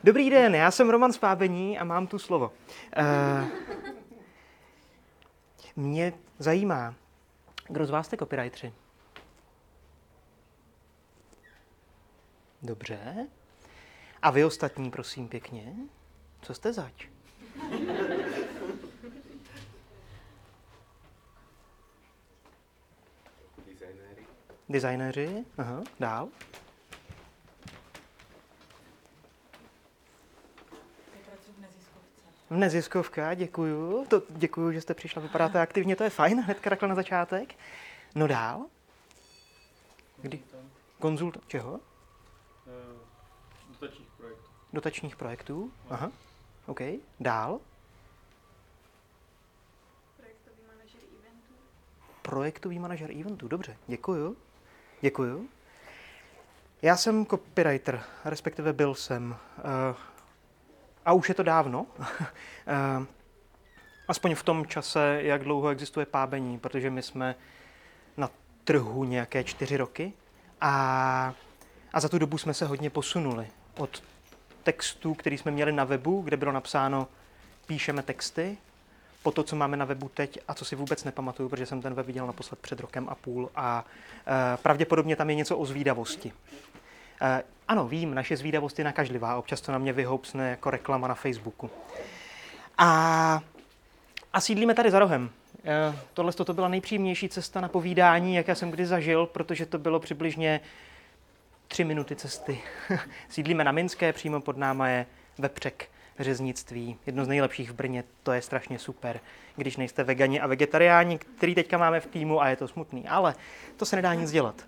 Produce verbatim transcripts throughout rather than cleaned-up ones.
Dobrý den, já jsem Roman z Pábení a mám tu slovo. Uh, mě zajímá, kdo z vás jste copywriteri? Dobře. A vy ostatní, prosím pěkně, co jste zač? Designéři. Designéři, aha, dál. V neziskovka, děkuju. To, děkuju, že jste přišla, vypadáte aktivně, to je fajn, hnedka takhle na začátek. No dál? Kdy? Konzult... Čeho? Dotačních projektů. Dotačních projektů, aha, OK. Dál? Projektový manažer eventů. Projektový manažer eventů, dobře, děkuju. Děkuju. Já jsem copywriter, respektive byl jsem. Uh, a už je to dávno. uh, aspoň v tom čase, jak dlouho existuje Pábení, protože my jsme na trhu nějaké čtyři roky a, a za tu dobu jsme se hodně posunuli. Od textů, který jsme měli na webu, kde bylo napsáno píšeme texty, po to, co máme na webu teď a co si vůbec nepamatuju, protože jsem ten web viděl naposled před rokem a půl a e, pravděpodobně tam je něco o zvídavosti. E, ano, vím, naše zvídavost je nakažlivá, občas to na mě vyhoupsne jako reklama na Facebooku. A, a sídlíme tady za rohem. E, tohle to byla nejpříjemnější cesta na povídání, jak já jsem kdy zažil, protože to bylo přibližně tři minuty cesty. Sídlíme na Minské, přímo pod náma je Vepřek. Řeznictví, jedno z nejlepších v Brně, to je strašně super, když nejste vegani a vegetariáni, který teďka máme v týmu a je to smutný, ale to se nedá nic dělat.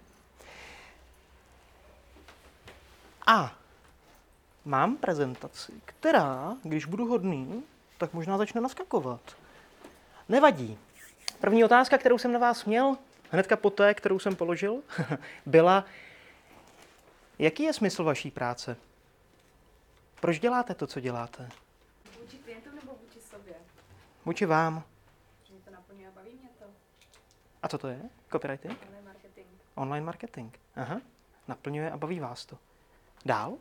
A mám prezentaci, která, když budu hodný, tak možná začne naskakovat. Nevadí. První otázka, kterou jsem na vás měl, hnedka poté, kterou jsem položil, byla, jaký je smysl vaší práce? Proč děláte to, co děláte? Vůči klientům nebo vůči sobě? Vůči vám. Že mě to naplňuje a baví mě to. A co to je? Copywriting? Online marketing. Online marketing. Aha. Naplňuje a baví vás to. Dál?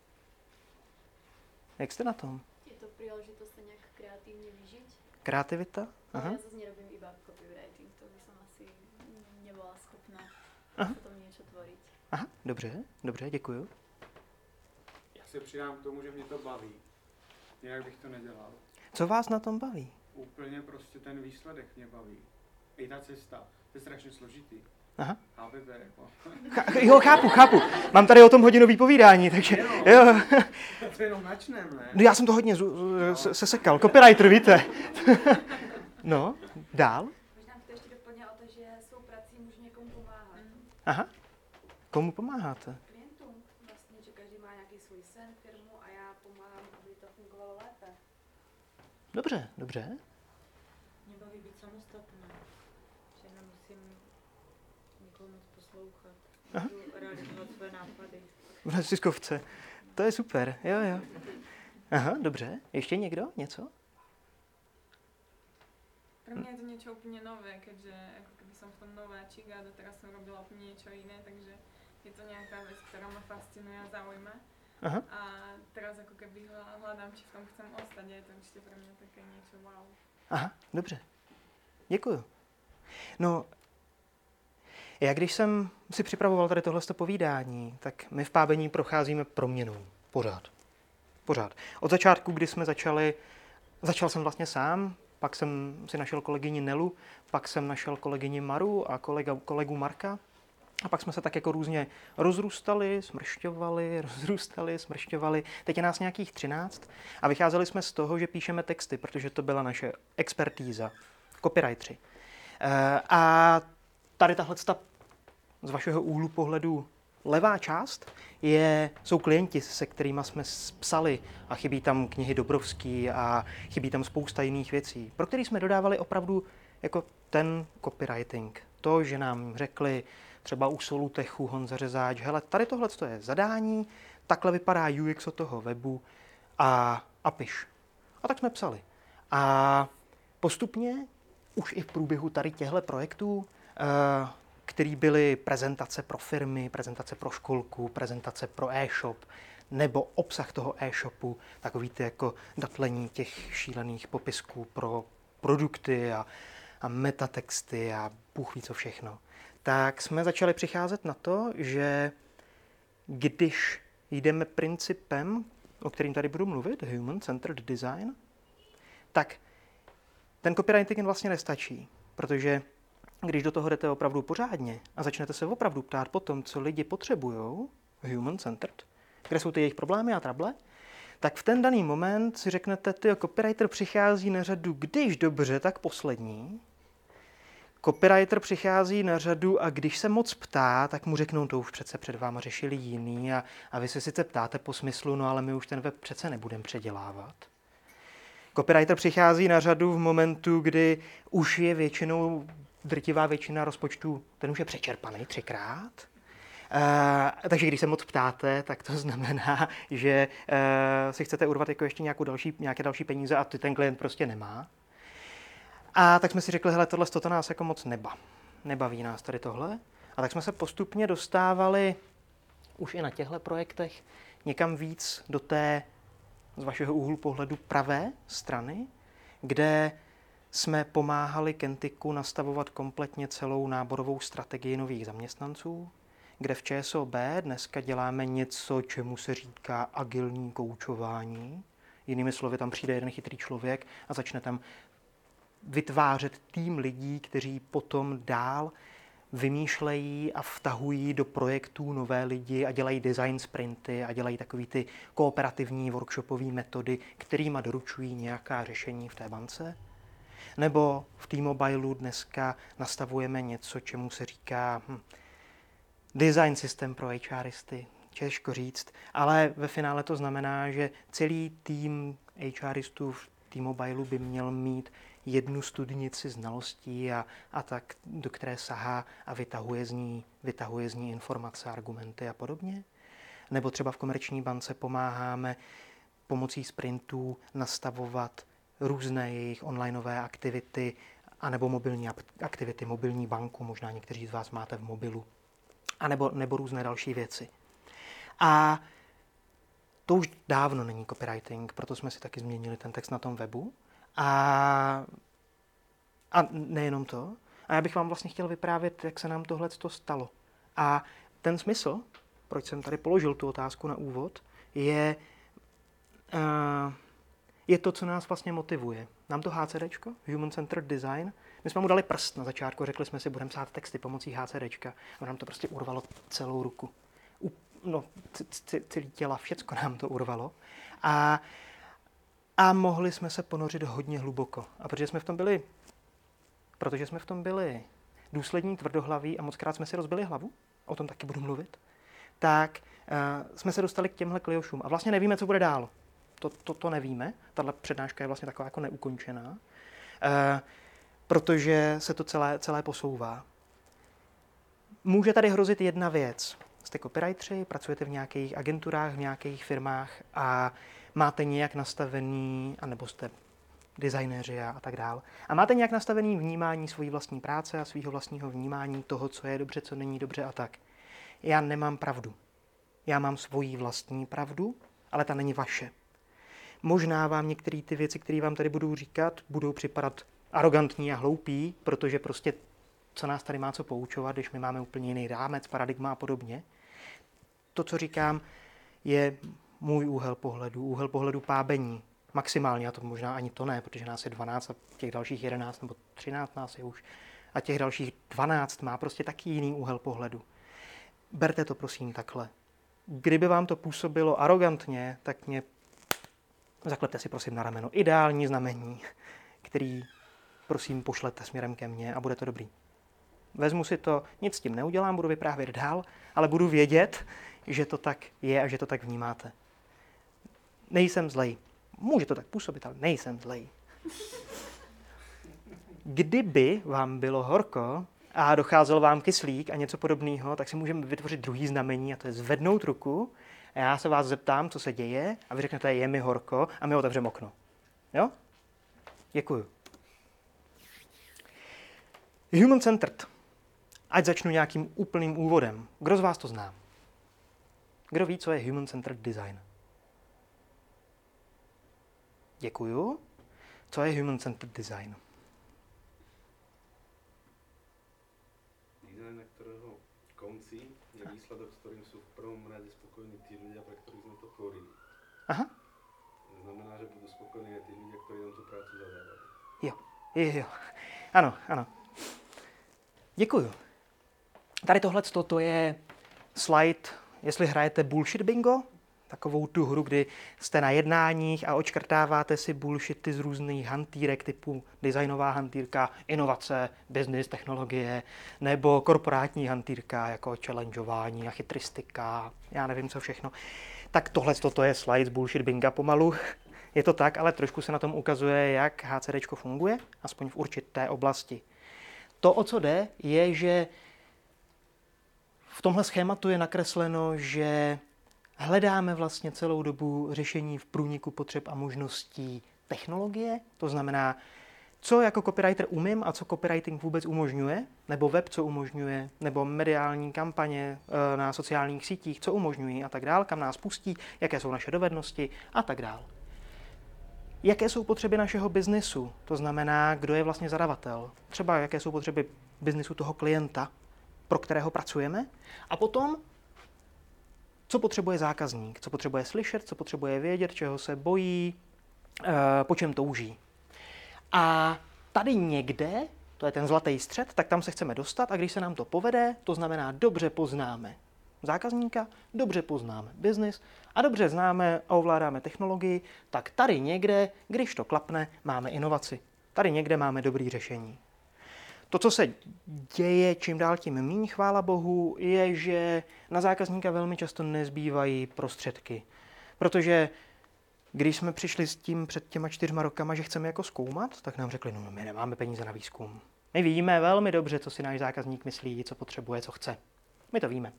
Jak jste na tom? Je to příležitost se nějak kreativně vyžít? Kreativita? Aha. Já zase nerobím iba copywriting, to by som asi nebyla schopná Aha. potom něco tvořit. Aha, dobře, dobře, děkuju. Já se přidám k tomu, že mě to baví. Jinak bych to nedělal. Co vás na tom baví? Úplně prostě ten výsledek mě baví. I ta cesta. To je strašně složitý. Aha. Chápete, jako. Ch- jo, chápu, chápu. Mám tady o tom hodinový povídání, takže jo. To jenom načnem, ne? No, já jsem to hodně zu- zu- se- sesekal. Copywriter, víte. No, dál? Možná bych to ještě doplnila o to, že svou prací můžu někomu pomáhat. Aha. Komu pomáháte? Klientům vlastně, že každý má nějaký svůj sen, firmu a já pomáhám, aby to fungovalo lépe. Dobře, dobře. Mě baví být samostatná, že nemusím nikomu moc poslouchat, můžu realizovat své nápady. V neziskovce. To je super, jo, jo. Aha, dobře. Ještě někdo? Něco? Pro mě je to něco úplně nové, keďže jako keby som v tom nováčik a doteraz som robila úplně něco jiné, takže je to nějaká věc, která mě fascinuje a zaujme. Aha. A teraz jako keby hľadám, či v tom chcem ostať, je to určitě pro mě také něco wow. Aha, dobře. Děkuju. No, já když jsem si připravoval tady tohle povídání, tak my v Pábení procházíme proměnou. Pořád. Pořád. Od začátku, kdy jsme začali, začal jsem vlastně sám, pak jsem si našel kolegyni Nelu, pak jsem našel kolegyni Maru a kolega, kolegu Marka. A pak jsme se tak jako různě rozrůstali, smršťovali, rozrůstali, smršťovali. Teď je nás nějakých třináct a vycházeli jsme z toho, že píšeme texty, protože to byla naše expertíza, copywriteri. E, a tady tahle z vašeho úhlu pohledu levá část je, jsou klienti, se kterými jsme psali a chybí tam knihy Dobrovský a chybí tam spousta jiných věcí, pro které jsme dodávali opravdu jako ten copywriting. To, že nám řekli třeba u Solutechu Honza Řezáč, hele, tady tohle je zadání, takhle vypadá U X od toho webu a, a piš. A tak jsme psali. A postupně už i v průběhu tady těchto projektů, který byly prezentace pro firmy, prezentace pro školku, prezentace pro e-shop, nebo obsah toho e-shopu, takový ty jako datlení těch šílených popisků pro produkty a, a metatexty a bůh ví co všechno, tak jsme začali přicházet na to, že když jdeme principem, o kterým tady budu mluvit, human-centered design, tak ten copywriting vlastně nestačí, protože když do toho jdete opravdu pořádně a začnete se opravdu ptát po tom, co lidi potřebujou, human-centered, kde jsou ty jejich problémy a trable, tak v ten daný moment si řeknete, ty copywriter přichází na řadu, když dobře, tak poslední. Copywriter přichází na řadu a když se moc ptá, tak mu řeknou, to už přece před váma řešili jiný a, a vy se sice ptáte po smyslu, no ale my už ten web přece nebudeme předělávat. Copywriter přichází na řadu v momentu, kdy už je většinou, drtivá většina rozpočtu, ten už je přečerpaný třikrát. Uh, takže když se moc ptáte, tak to znamená, že uh, si chcete urvat jako ještě nějakou další, nějaké další peníze a ty ten klient prostě nemá. A tak jsme si řekli, hele, tohle to nás jako moc neba. Nebaví nás tady tohle. A tak jsme se postupně dostávali už i na těchto projektech někam víc do té, z vašeho úhlu pohledu, pravé strany, kde jsme pomáhali Kentiku nastavovat kompletně celou náborovou strategii nových zaměstnanců, kde v ČSOB dneska děláme něco, čemu se říká agilní koučování. Jinými slovy, tam přijde jeden chytrý člověk a začne tam vytvářet tým lidí, kteří potom dál vymýšlejí a vtahují do projektů nové lidi a dělají design sprinty a dělají takový ty kooperativní workshopové metody, kterýma doručují nějaká řešení v té bance. Nebo v T-Mobileu dneska nastavujeme něco, čemu se říká hm, design systém pro HRisty, těžko říct, ale ve finále to znamená, že celý tým HRistů v T-Mobileu by měl mít jednu studnici znalostí a, a tak, do které sahá a vytahuje z ní, vytahuje z ní informace, argumenty a podobně. Nebo třeba v Komerční bance pomáháme pomocí sprintů nastavovat různé jejich onlineové aktivity anebo mobilní aktivity, mobilní banku, možná někteří z vás máte v mobilu, a nebo, nebo různé další věci. A to už dávno není copywriting, proto jsme si taky změnili ten text na tom webu. A, a nejenom to. A já bych vám vlastně chtěl vyprávět, jak se nám tohle stalo. A ten smysl, proč jsem tady položil tu otázku na úvod, je, uh, je to, co nás vlastně motivuje. Nám to HCDčko, Human Centered Design, my jsme mu dali prst na začátku, řekli jsme si, budeme psát texty pomocí HCDčka a nám to prostě urvalo celou ruku. U, no, celý těla, všecko nám to urvalo. A A mohli jsme se ponořit hodně hluboko. A protože jsme v tom byli, protože jsme v tom byli důslední, tvrdohlaví a mockrát jsme si rozbili hlavu, o tom taky budu mluvit, tak uh, jsme se dostali k těmhle kliošům. A vlastně nevíme, co bude dál. To, to, to nevíme. Tahle přednáška je vlastně taková jako neukončená, uh, protože se to celé, celé posouvá. Může tady hrozit jedna věc. Jste copywriteri, pracujete v nějakých agenturách, v nějakých firmách a máte nějak nastavený, anebo jste designéři a, a tak dál. A máte nějak nastavený vnímání svojí vlastní práce a svého vlastního vnímání toho, co je dobře, co není dobře a tak. Já nemám pravdu. Já mám svoji vlastní pravdu, ale ta není vaše. Možná vám některé ty věci, které vám tady budu říkat, budou připadat arrogantní a hloupí, protože prostě co nás tady má co poučovat, když my máme úplně jiný rámec, paradigma a podobně. To, co říkám, je můj úhel pohledu, úhel pohledu pábení. Maximálně, a to možná ani to ne, protože nás je dvanáct a těch dalších jedenáct nebo třináct nás je už. A těch dalších dvanáct má prostě taky jiný úhel pohledu. Berte to prosím takhle. Kdyby vám to působilo arrogantně, tak mě zaklepte si prosím na rameno. Ideální znamení, který prosím pošlete směrem ke mně a bude to dobrý. Vezmu si to, nic s tím neudělám, budu vyprávět dál, ale budu vědět, že to tak je a že to tak vnímáte. Nejsem zlej. Může to tak působit, ale nejsem zlej. Kdyby vám bylo horko a docházel vám kyslík a něco podobného, tak si můžeme vytvořit druhý znamení a to je zvednout ruku a já se vás zeptám, co se děje a vy řeknete, je mi horko a my otevřeme okno. Jo? Děkuju. Human-centered. Ať začnu nějakým úplným úvodem. Kdo z vás to zná? Kdo ví, co je human-centered design? Děkuju. Co je human-centered design? Design, na ktorého konci je výsledok, s ktorým sú v prvom rade spokojní tí ľudia, pre ktorých sme to tvorili. Aha. To znamená, že budú spokojní aj tí ľudia, ktorí nám tú prácu zadávali. Jo, jo, jo. Ano, ano. Děkuju. Tady tohle to je slide, jestli hrajete bullshit bingo, takovou tu hru, kdy jste na jednáních a očkrtáváte si bullshity z různých hantýrek typu designová hantýrka, inovace, business, technologie, nebo korporátní hantýrka jako challengeování a chytristika, já nevím co všechno. Tak tohle to je slide z bullshit binga pomalu. Je to tak, ale trošku se na tom ukazuje, jak HCDčko funguje, aspoň v určité oblasti. To, o co jde, je, že v tomhle schématu je nakresleno, že hledáme vlastně celou dobu řešení v průniku potřeb a možností technologie, to znamená, co jako copywriter umím a co copywriting vůbec umožňuje, nebo web, co umožňuje, nebo mediální kampaně na sociálních sítích, co umožňují a tak dál, kam nás pustí, jaké jsou naše dovednosti a tak dál. Jaké jsou potřeby našeho biznisu, to znamená, kdo je vlastně zadavatel, třeba jaké jsou potřeby biznisu toho klienta, pro kterého pracujeme, a potom, co potřebuje zákazník, co potřebuje slyšet, co potřebuje vědět, čeho se bojí, po čem touží. A tady někde, to je ten zlatý střed, tak tam se chceme dostat a když se nám to povede, to znamená dobře poznáme zákazníka, dobře poznáme biznis a dobře známe a ovládáme technologii, tak tady někde, když to klapne, máme inovaci. Tady někde máme dobré řešení. To, co se děje čím dál tím míň, chvála Bohu, je, že na zákazníka velmi často nezbývají prostředky. Protože když jsme přišli s tím před těma čtyřma rokama, že chceme jako zkoumat, tak nám řekli, no my nemáme peníze na výzkum. My víme velmi dobře, co si náš zákazník myslí, co potřebuje, co chce. My to víme.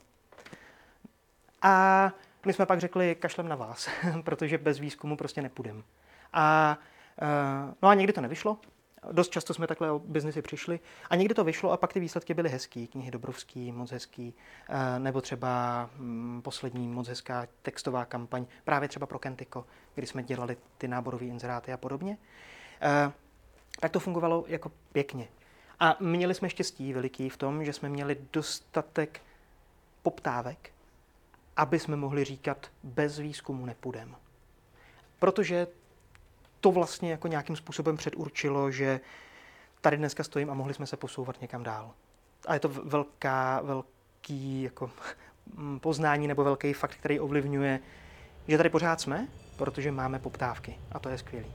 A my jsme pak řekli, kašlem na vás, protože bez výzkumu prostě nepůjdeme. A, no a někdy to nevyšlo. Dost často jsme takhle o biznesy přišli a někdy to vyšlo a pak ty výsledky byly hezký. Knihy Dobrovský, moc hezký, nebo třeba poslední moc hezká textová kampaň, právě třeba pro Kentiko, kdy jsme dělali ty náborové inzeráty a podobně. Tak to fungovalo jako pěkně. A měli jsme štěstí veliký v tom, že jsme měli dostatek poptávek, aby jsme mohli říkat, bez výzkumu nepůjdeme. Protože to vlastně jako nějakým způsobem předurčilo, že tady dneska stojím a mohli jsme se posouvat někam dál. A je to velká, velký jako poznání nebo velký fakt, který ovlivňuje, že tady pořád jsme, protože máme poptávky. A to je skvělý.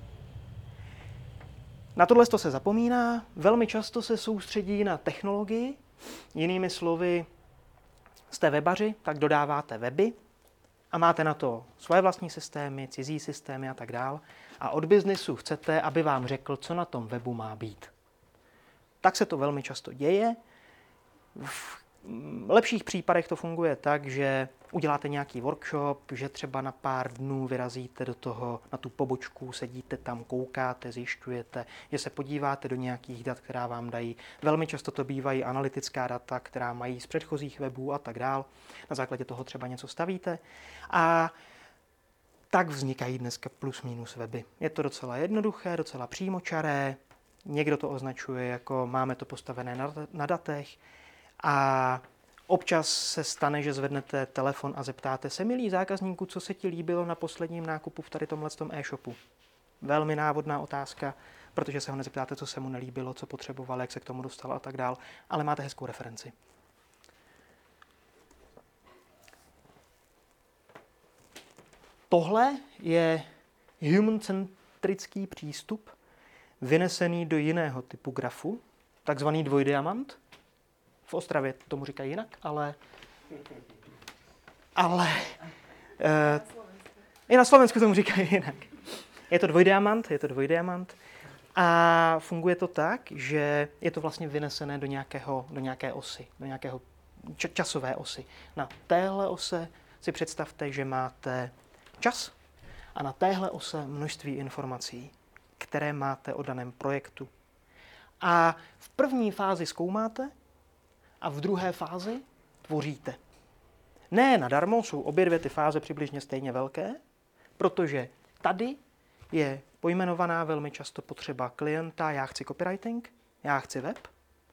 Na tohle se zapomíná, velmi často se soustředí na technologii, jinými slovy, jste webaři, tak dodáváte weby a máte na to svoje vlastní systémy, cizí systémy a tak dál. A od biznesu chcete, aby vám řekl, co na tom webu má být. Tak se to velmi často děje. V lepších případech to funguje tak, že uděláte nějaký workshop, že třeba na pár dnů vyrazíte do toho, na tu pobočku, sedíte tam, koukáte, zjišťujete, že se podíváte do nějakých dat, která vám dají. Velmi často to bývají analytická data, která mají z předchozích webů a tak dál. Na základě toho třeba něco stavíte. A tak vznikají dneska plus minus weby. Je to docela jednoduché, docela přímočaré. Někdo to označuje jako máme to postavené na, na datech. A občas se stane, že zvednete telefon a zeptáte se, milý zákazníku, co se ti líbilo na posledním nákupu v tady tomhletom e-shopu. Velmi návodná otázka, protože se ho nezeptáte, co se mu nelíbilo, co potřeboval, jak se k tomu dostal a tak dál, ale máte hezkou referenci. Tohle je human-centrický přístup, vynesený do jiného typu grafu, takzvaný dvojdiamant. V Ostravě tomu říkají jinak, ale... Ale... Uh, I na Slovensku tomu říkají jinak. Je to dvojdiamant, je to dvojdiamant. A funguje to tak, že je to vlastně vynesené do, nějakého, do nějaké osy, do nějakého časové osy. Na téhle ose si představte, že máte čas a na téhle ose množství informací, které máte o daném projektu. A v první fázi zkoumáte a v druhé fázi tvoříte. Ne nadarmo jsou obě dvě ty fáze přibližně stejně velké, protože tady je pojmenovaná velmi často potřeba klienta, já chci copywriting, já chci web.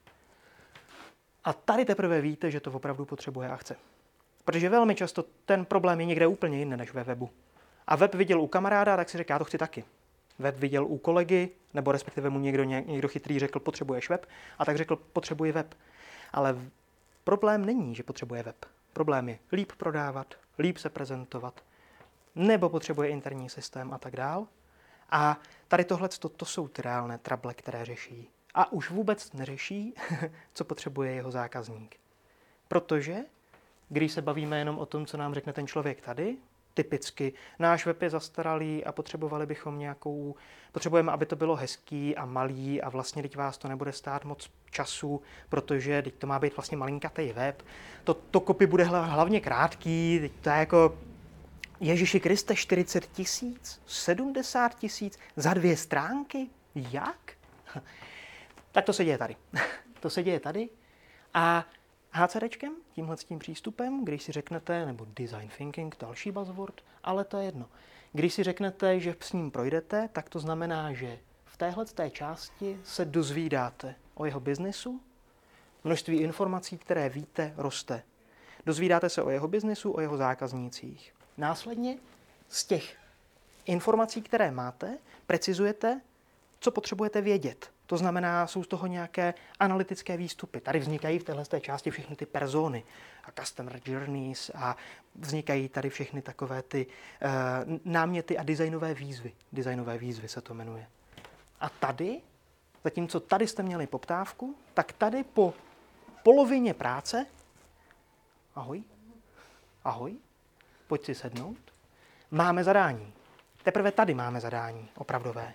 A tady teprve víte, že to opravdu potřebuje a chce. Protože velmi často ten problém je někde úplně jinde než ve webu. A web viděl u kamaráda, tak si řekl, já to chci taky. Web viděl u kolegy, nebo respektive mu někdo, někdo chytrý řekl, potřebuješ web, a tak řekl, potřebuji web. Ale problém není, že potřebuje web. Problém je líp prodávat, líp se prezentovat, nebo potřebuje interní systém a tak dál. A tady tohle, to, to jsou ty reálné trable, které řeší. A už vůbec neřeší, co potřebuje jeho zákazník. Protože, když se bavíme jenom o tom, co nám řekne ten člověk tady, typicky náš web je zastaralý a potřebovali bychom nějakou, potřebujeme, aby to bylo hezký a malý a vlastně teď vás to nebude stát moc času, protože teď to má být vlastně malinkatý web. To, to copy bude hlavně krátký, teď to je jako Ježíši Kriste, čtyřicet tisíc, sedmdesát tisíc za dvě stránky? Jak? Tak to se děje tady. To se děje tady a HCDčkem, tímhle s tím přístupem, když si řeknete, nebo design thinking, další buzzword, ale to je jedno. Když si řeknete, že s ním projdete, tak to znamená, že v téhle té části se dozvídáte o jeho biznisu, množství informací, které víte, roste. Dozvídáte se o jeho biznisu, o jeho zákaznících. Následně z těch informací, které máte, precizujete, co potřebujete vědět. To znamená, jsou z toho nějaké analytické výstupy. Tady vznikají v téhle části všechny ty persony a customer journeys a vznikají tady všechny takové ty uh, náměty a designové výzvy. Designové výzvy se to jmenuje. A tady, zatímco tady jste měli poptávku, tak tady po polovině práce, ahoj, ahoj, pojď si sednout, máme zadání. Teprve tady máme zadání opravdové.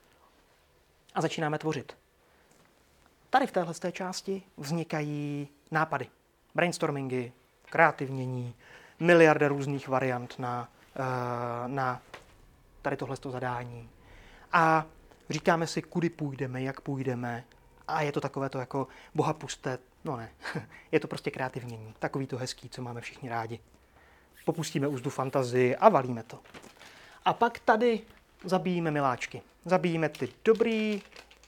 A začínáme tvořit. Tady v téhle části vznikají nápady, brainstormingy, kreativnění, miliarda různých variant na, na tady tohle zadání. A říkáme si, kudy půjdeme, jak půjdeme. A je to takové to jako boha pusté, no ne, je to prostě kreativnění. Takový to hezký, co máme všichni rádi. Popustíme úzdu fantazii a valíme to. A pak tady zabíjíme miláčky. Zabíjíme ty dobrý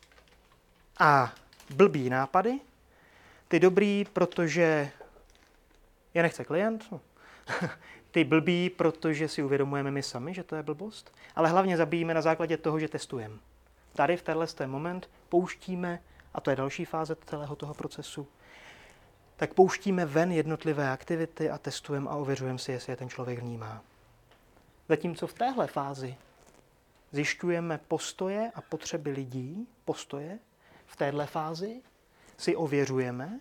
a blbý nápady. Ty dobrý, protože je nechce klient. Ty blbý, protože si uvědomujeme my sami, že to je blbost. Ale hlavně zabíjíme na základě toho, že testujeme. Tady v tenhle moment pouštíme, a to je další fáze celého toho procesu, tak pouštíme ven jednotlivé aktivity a testujeme a ověřujeme si, jestli je ten člověk vnímá. Zatímco v téhle fázi zjišťujeme postoje a potřeby lidí, postoje, v téhle fázi si ověřujeme,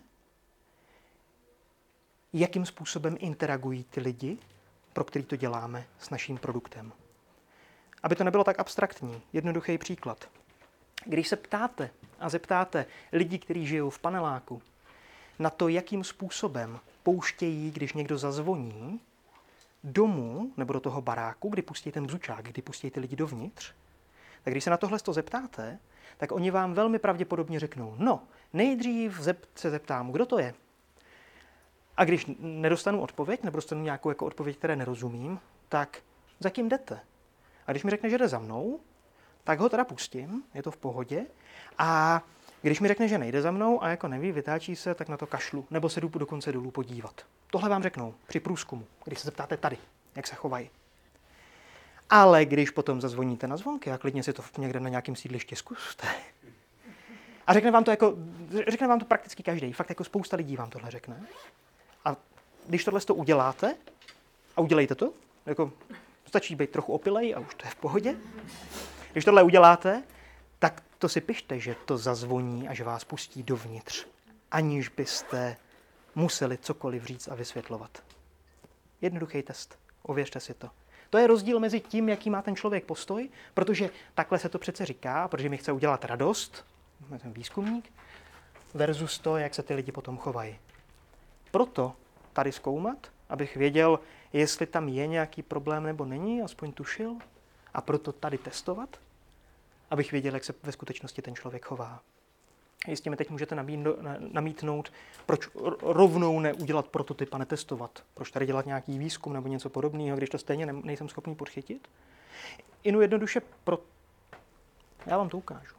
jakým způsobem interagují ty lidi, pro který to děláme s naším produktem. Aby to nebylo tak abstraktní, jednoduchý příklad. Když se ptáte a zeptáte lidí, kteří žijou v paneláku, na to, jakým způsobem pouštějí, když někdo zazvoní, domů nebo do toho baráku, kdy pustí ten bzučák, kdy pustí ty lidi dovnitř, tak když se na tohle zeptáte, tak oni vám velmi pravděpodobně řeknou, no, nejdřív se zeptám, kdo to je. A když nedostanu odpověď, nebo dostanu nějakou jako odpověď, které nerozumím, tak za kým jdete? A když mi řekne, že jde za mnou, tak ho teda pustím, je to v pohodě. A když mi řekne, že nejde za mnou a jako neví, vytáčí se, tak na to kašlu, nebo se jdu dokonce dolů podívat. Tohle vám řeknou při průzkumu, když se zeptáte tady, jak se chovají. Ale když potom zazvoníte na zvonky a klidně si to někde na nějakém sídlišti zkuste. A řekne vám to jako, řekne vám to prakticky každý, fakt jako spousta lidí vám tohle řekne. A když tohle to uděláte, a udělejte to, jako stačí být trochu opilej a už to je v pohodě. Když tohle uděláte, tak to si pište, že to zazvoní a že vás pustí dovnitř, aniž byste museli cokoliv říct a vysvětlovat. Jednoduchý test, ověřte si to. To je rozdíl mezi tím, jaký má ten člověk postoj, protože takhle se to přece říká, protože mi chce udělat radost, jsem výzkumník, versus to, jak se ty lidi potom chovají. Proto tady zkoumat, abych věděl, jestli tam je nějaký problém nebo není, aspoň tušil, a proto tady testovat, abych věděl, jak se ve skutečnosti ten člověk chová. Jistě mi teď můžete namítnout, proč rovnou neudělat prototyp a netestovat. Proč tady dělat nějaký výzkum nebo něco podobného, když to stejně nejsem schopný podchytit. Inu jednoduše pro... Já vám to ukážu.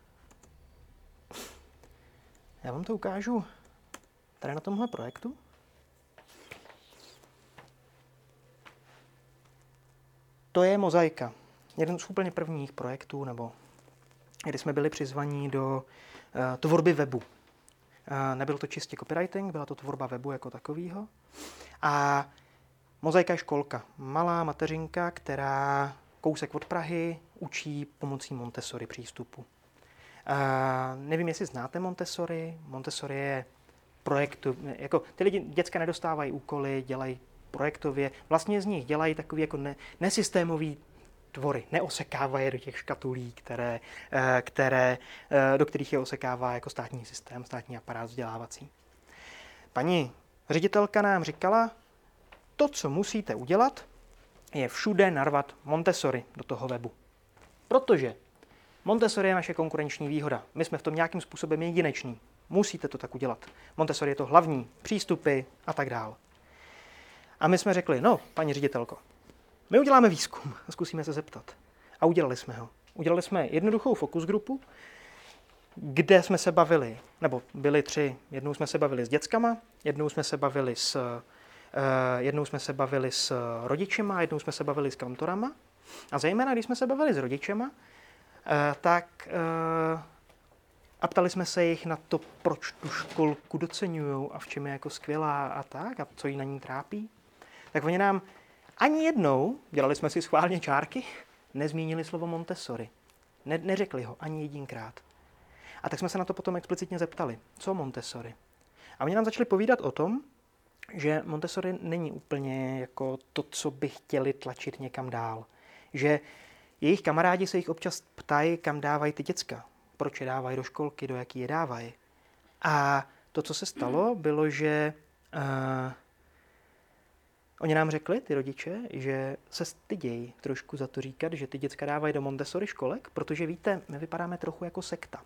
Já vám to ukážu tady na tomhle projektu. To je Mozaika. Jeden z úplně prvních projektů, nebo kdy jsme byli přizvaní do uh, tvorby webu. Uh, nebyl to čistě copywriting, byla to tvorba webu jako takového. A Mozaika je školka. Malá mateřinka, která kousek od Prahy učí pomocí Montessori přístupu. Uh, nevím, jestli znáte Montessori. Montessori je projekt, jako ty lidi, děcka nedostávají úkoly, dělají projektově. Vlastně z nich dělají takový jako ne, nesystémový tvory, neosekávají je do těch škatulí, které, které, do kterých je osekává jako státní systém, státní aparát vzdělávací. Paní ředitelka nám říkala, to, co musíte udělat, je všude narvat Montessori do toho webu. Protože Montessori je naše konkurenční výhoda. My jsme v tom nějakým způsobem jedineční. Musíte to tak udělat. Montessori je to hlavní, přístupy a tak dál. A my jsme řekli, no, paní ředitelko, my uděláme výzkum a zkusíme se zeptat. A udělali jsme ho. Udělali jsme jednoduchou focus grupu, kde jsme se bavili, nebo byli tři, jednou jsme se bavili s dětskama, jednou jsme se bavili s, uh, jednou jsme se bavili s rodičema, jednou jsme se bavili s kantorama. A zejména, když jsme se bavili s rodičema, uh, tak uh, a ptali jsme se jich na to, proč tu školku doceňují a v čem je jako skvělá a tak, a co jí na ní trápí, tak oni nám ani jednou, dělali jsme si schválně čárky, nezmínili slovo Montessori. Ne, neřekli ho ani jedinkrát. A tak jsme se na to potom explicitně zeptali, co Montessori. A oni nám začali povídat o tom, že Montessori není úplně jako to, co by chtěli tlačit někam dál. Že jejich kamarádi se jich občas ptají, kam dávají ty děcka. Proč je dávají do školky, do jaký je dávají. A to, co se stalo, bylo, že uh, oni nám řekli, ty rodiče, že se stydějí trošku za to říkat, že ty děcka dávají do Montessori školek, protože víte, my vypadáme trochu jako sekta.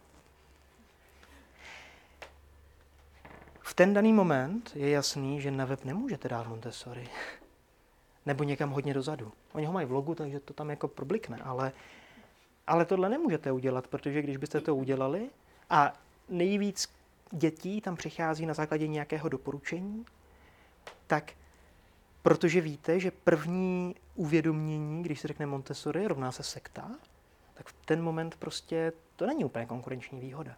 V ten daný moment je jasný, že na web nemůžete dát Montessori. Nebo někam hodně dozadu. Oni ho mají v logu, takže to tam jako problikne, ale, ale tohle nemůžete udělat, protože když byste to udělali a nejvíc dětí tam přichází na základě nějakého doporučení, tak protože víte, že první uvědomění, když se řekne Montessori, rovná se sekta, tak v ten moment prostě to není úplně konkurenční výhoda.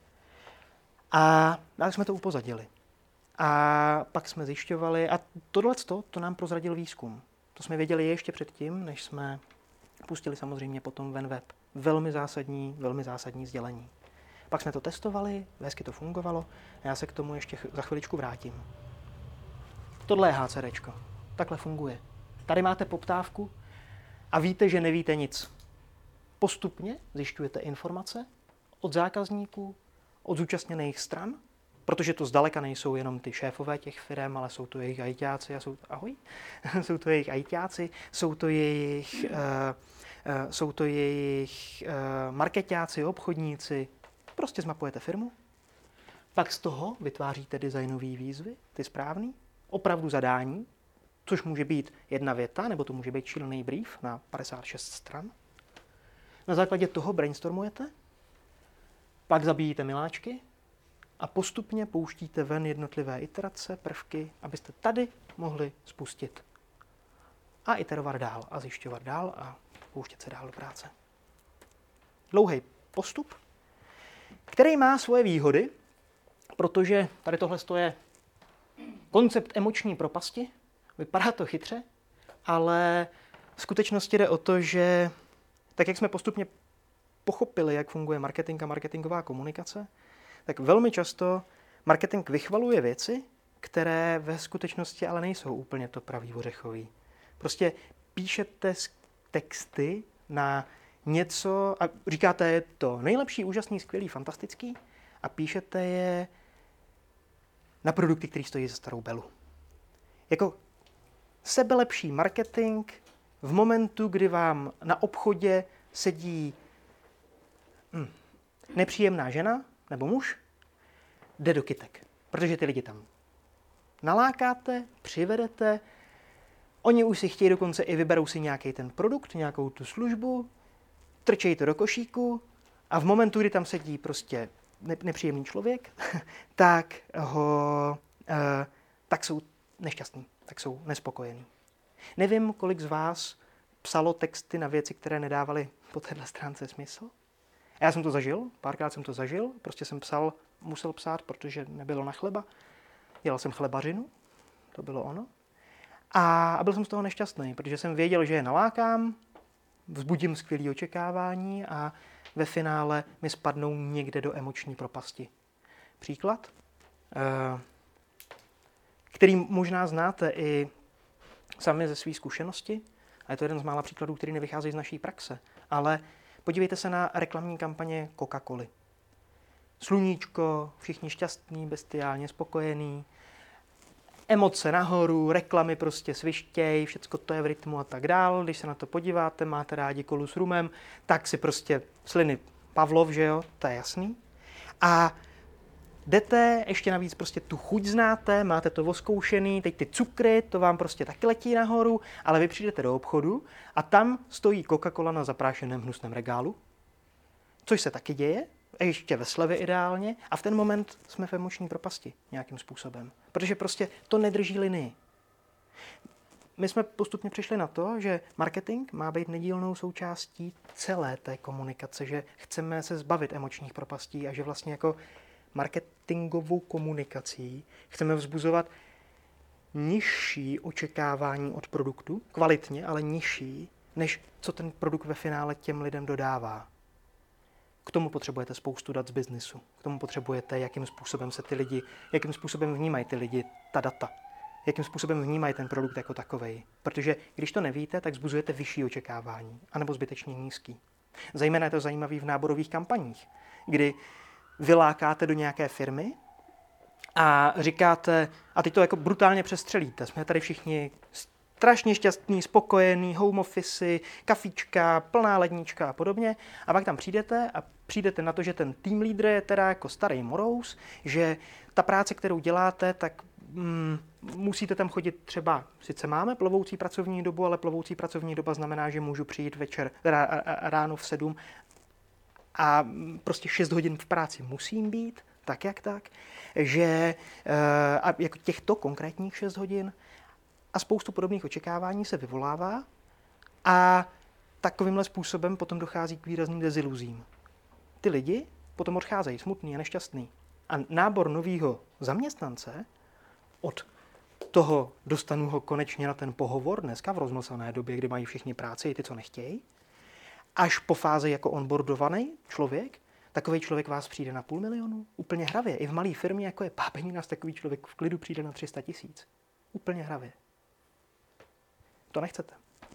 A tak jsme to upozadili. A pak jsme zjišťovali, a tohleto, to nám prozradil výzkum. To jsme věděli ještě předtím, než jsme pustili samozřejmě potom ven web. Velmi zásadní, velmi zásadní sdělení. Pak jsme to testovali, hezky to fungovalo a já se k tomu ještě za chviličku vrátím. Tohle je HCDčko. Takhle funguje. Tady máte poptávku a víte, že nevíte nic. Postupně zjišťujete informace od zákazníků, od zúčastněných stran, protože to zdaleka nejsou jenom ty šéfové těch firem, ale jsou to jejich ajťáci a jsou, ahoj, jsou to jejich ajťáci, jsou to jejich, uh, uh, jsou to jejich uh, markeťáci, obchodníci. Prostě zmapujete firmu, pak z toho vytváříte designové výzvy, ty správný, opravdu zadání, což může být jedna věta, nebo to může být šílený brief na padesát šest stran. Na základě toho brainstormujete, pak zabíjíte miláčky a postupně pouštíte ven jednotlivé iterace, prvky, abyste tady mohli spustit a iterovat dál a zjišťovat dál a pouštět se dál do práce. Dlouhý postup, který má svoje výhody, protože tady tohle je koncept emoční propasti, vypadá to chytře, ale v skutečnosti jde o to, že tak, jak jsme postupně pochopili, jak funguje marketing a marketingová komunikace, tak velmi často marketing vychvaluje věci, které ve skutečnosti ale nejsou úplně to pravý ořechový. Prostě píšete texty na něco a říkáte je to nejlepší, úžasný, skvělý, fantastický a píšete je na produkty, které stojí za starou belu. Jako sebelepší marketing v momentu, kdy vám na obchodě sedí hm, nepříjemná žena nebo muž, jde do kytek. Protože ty lidi tam nalákáte, přivedete, Oni už si chtějí dokonce i vyberou si nějaký ten produkt, nějakou tu službu, trčejí to do košíku a v momentu, kdy tam sedí prostě nepříjemný člověk, tak ho, eh, tak jsou nešťastní, tak jsou nespokojení. Nevím, kolik z vás psalo texty na věci, které nedávaly po téhle stránce smysl. Já jsem to zažil, párkrát jsem to zažil, prostě jsem psal, musel psát, protože nebylo na chleba. Dělal jsem chlebařinu, to bylo ono. A byl jsem z toho nešťastný, protože jsem věděl, že je nalákám, vzbudím skvělé očekávání a ve finále mi spadnou někde do emoční propasti. Příklad, který možná znáte i sami ze své zkušenosti, a je to jeden z mála příkladů, který nevycházejí z naší praxe, ale podívejte se na reklamní kampaně Coca-Coly. Sluníčko, všichni šťastní, bestiálně spokojení, emoce nahoru, reklamy prostě svištěj, všecko to je v rytmu a tak dál. Když se na to podíváte, máte rádi kolu s rumem, tak si prostě sliny Pavlov, že jo, to je jasný. A jdete, ještě navíc prostě tu chuť znáte, máte to oskoušený, teď ty cukry, to vám prostě taky letí nahoru, ale vy přijdete do obchodu a tam stojí Coca-Cola na zaprášeném hnusném regálu, což se taky děje, ještě ve slevě ideálně, a v ten moment jsme v emoční propasti nějakým způsobem, protože prostě to nedrží linii. My jsme postupně přišli na to, že marketing má být nedílnou součástí celé té komunikace, že chceme se zbavit emočních propastí a že vlastně jako marketingovou komunikací chceme vzbuzovat nižší očekávání od produktu, kvalitně, ale nižší, než co ten produkt ve finále těm lidem dodává. K tomu potřebujete spoustu dat z biznisu. K tomu potřebujete, jakým způsobem se ty lidi, jakým způsobem vnímají ty lidi ta data. Jakým způsobem vnímají ten produkt jako takovej. Protože když to nevíte, tak vzbuzujete vyšší očekávání, anebo zbytečně nízký. Zejména je to zajímavý v náborových kampaních, kdy vylákáte do nějaké firmy a říkáte, a teď to jako brutálně přestřelíte, jsme tady všichni strašně šťastný, spokojený, home office, kafička, plná lednička a podobně. A pak tam přijdete a přijdete na to, že ten team leader je teda jako starý morous, že ta práce, kterou děláte, tak mm, musíte tam chodit třeba, sice máme plovoucí pracovní dobu, ale plovoucí pracovní doba znamená, že můžu přijít večer rá, ráno v sedm a prostě šest hodin v práci musím být, tak jak tak, že a jako těchto konkrétních šest hodin a spoustu podobných očekávání se vyvolává a takovýmhle způsobem potom dochází k výrazným deziluzím. Ty lidi potom odcházejí smutný a nešťastný. A nábor nového zaměstnance od toho dostanu ho konečně na ten pohovor, dneska v rozmlsané době, kdy mají všichni práci, i ty, co nechtějí, až po fázi jako onboardovaný člověk, takový člověk vás přijde na půl milionu. Úplně hravě. I v malé firmě, jako je Pábení, nás takový člověk v klidu přijde na tři sta tisíc. Úplně hravě. To nechcete.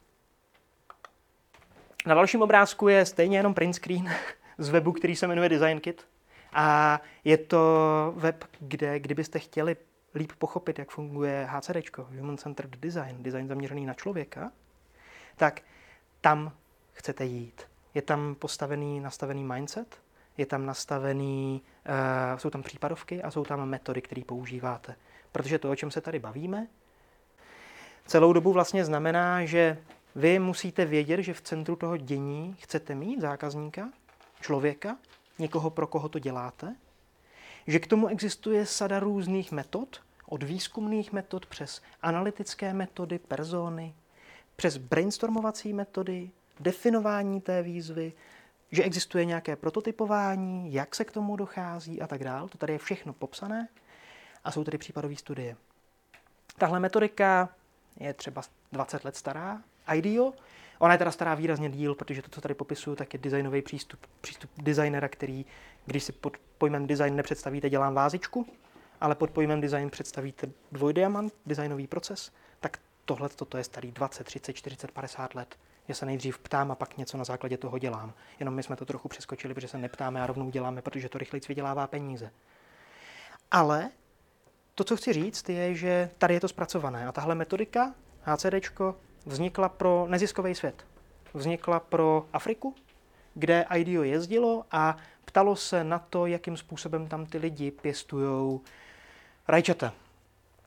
Na dalším obrázku je stejně jenom print screen z webu, který se jmenuje Design Kit. A je to web, kde kdybyste chtěli líp pochopit, jak funguje HCDčko, Human Centered Design, design zaměřený na člověka, tak tam chcete jít. Je tam postavený, nastavený mindset, je tam nastavený, uh, jsou tam případovky a jsou tam metody, které používáte. Protože to, o čem se tady bavíme, celou dobu vlastně znamená, že vy musíte vědět, že v centru toho dění chcete mít zákazníka, člověka, někoho, pro koho to děláte, že k tomu existuje sada různých metod, od výzkumných metod přes analytické metody, persony, přes brainstormovací metody, definování té výzvy, že existuje nějaké prototypování, jak se k tomu dochází a tak dál. To tady je všechno popsané a jsou tady případové studie. Tahle metodika je třeba dvacet let stará. IDEO, ona je teda stará výrazně díl, protože to, co tady popisuju, tak je designový přístup, přístup designera, který, když si pod pojmem design nepředstavíte dělám vázičku, ale pod pojmem design představíte dvojdiamant, designový proces, tak tohle toto je starý dvacet, třicet, čtyřicet, padesát let. Já se nejdřív ptám a pak něco na základě toho dělám. Jenom my jsme to trochu přeskočili, protože se neptáme a rovnou děláme, protože to rychleji vydělává peníze. Ale to, co chci říct, je, že tady je to zpracované. A tahle metodika, HCDčko, vznikla pro neziskový svět. Vznikla pro Afriku, kde IDEO jezdilo a ptalo se na to, jakým způsobem tam ty lidi pěstujou rajčata.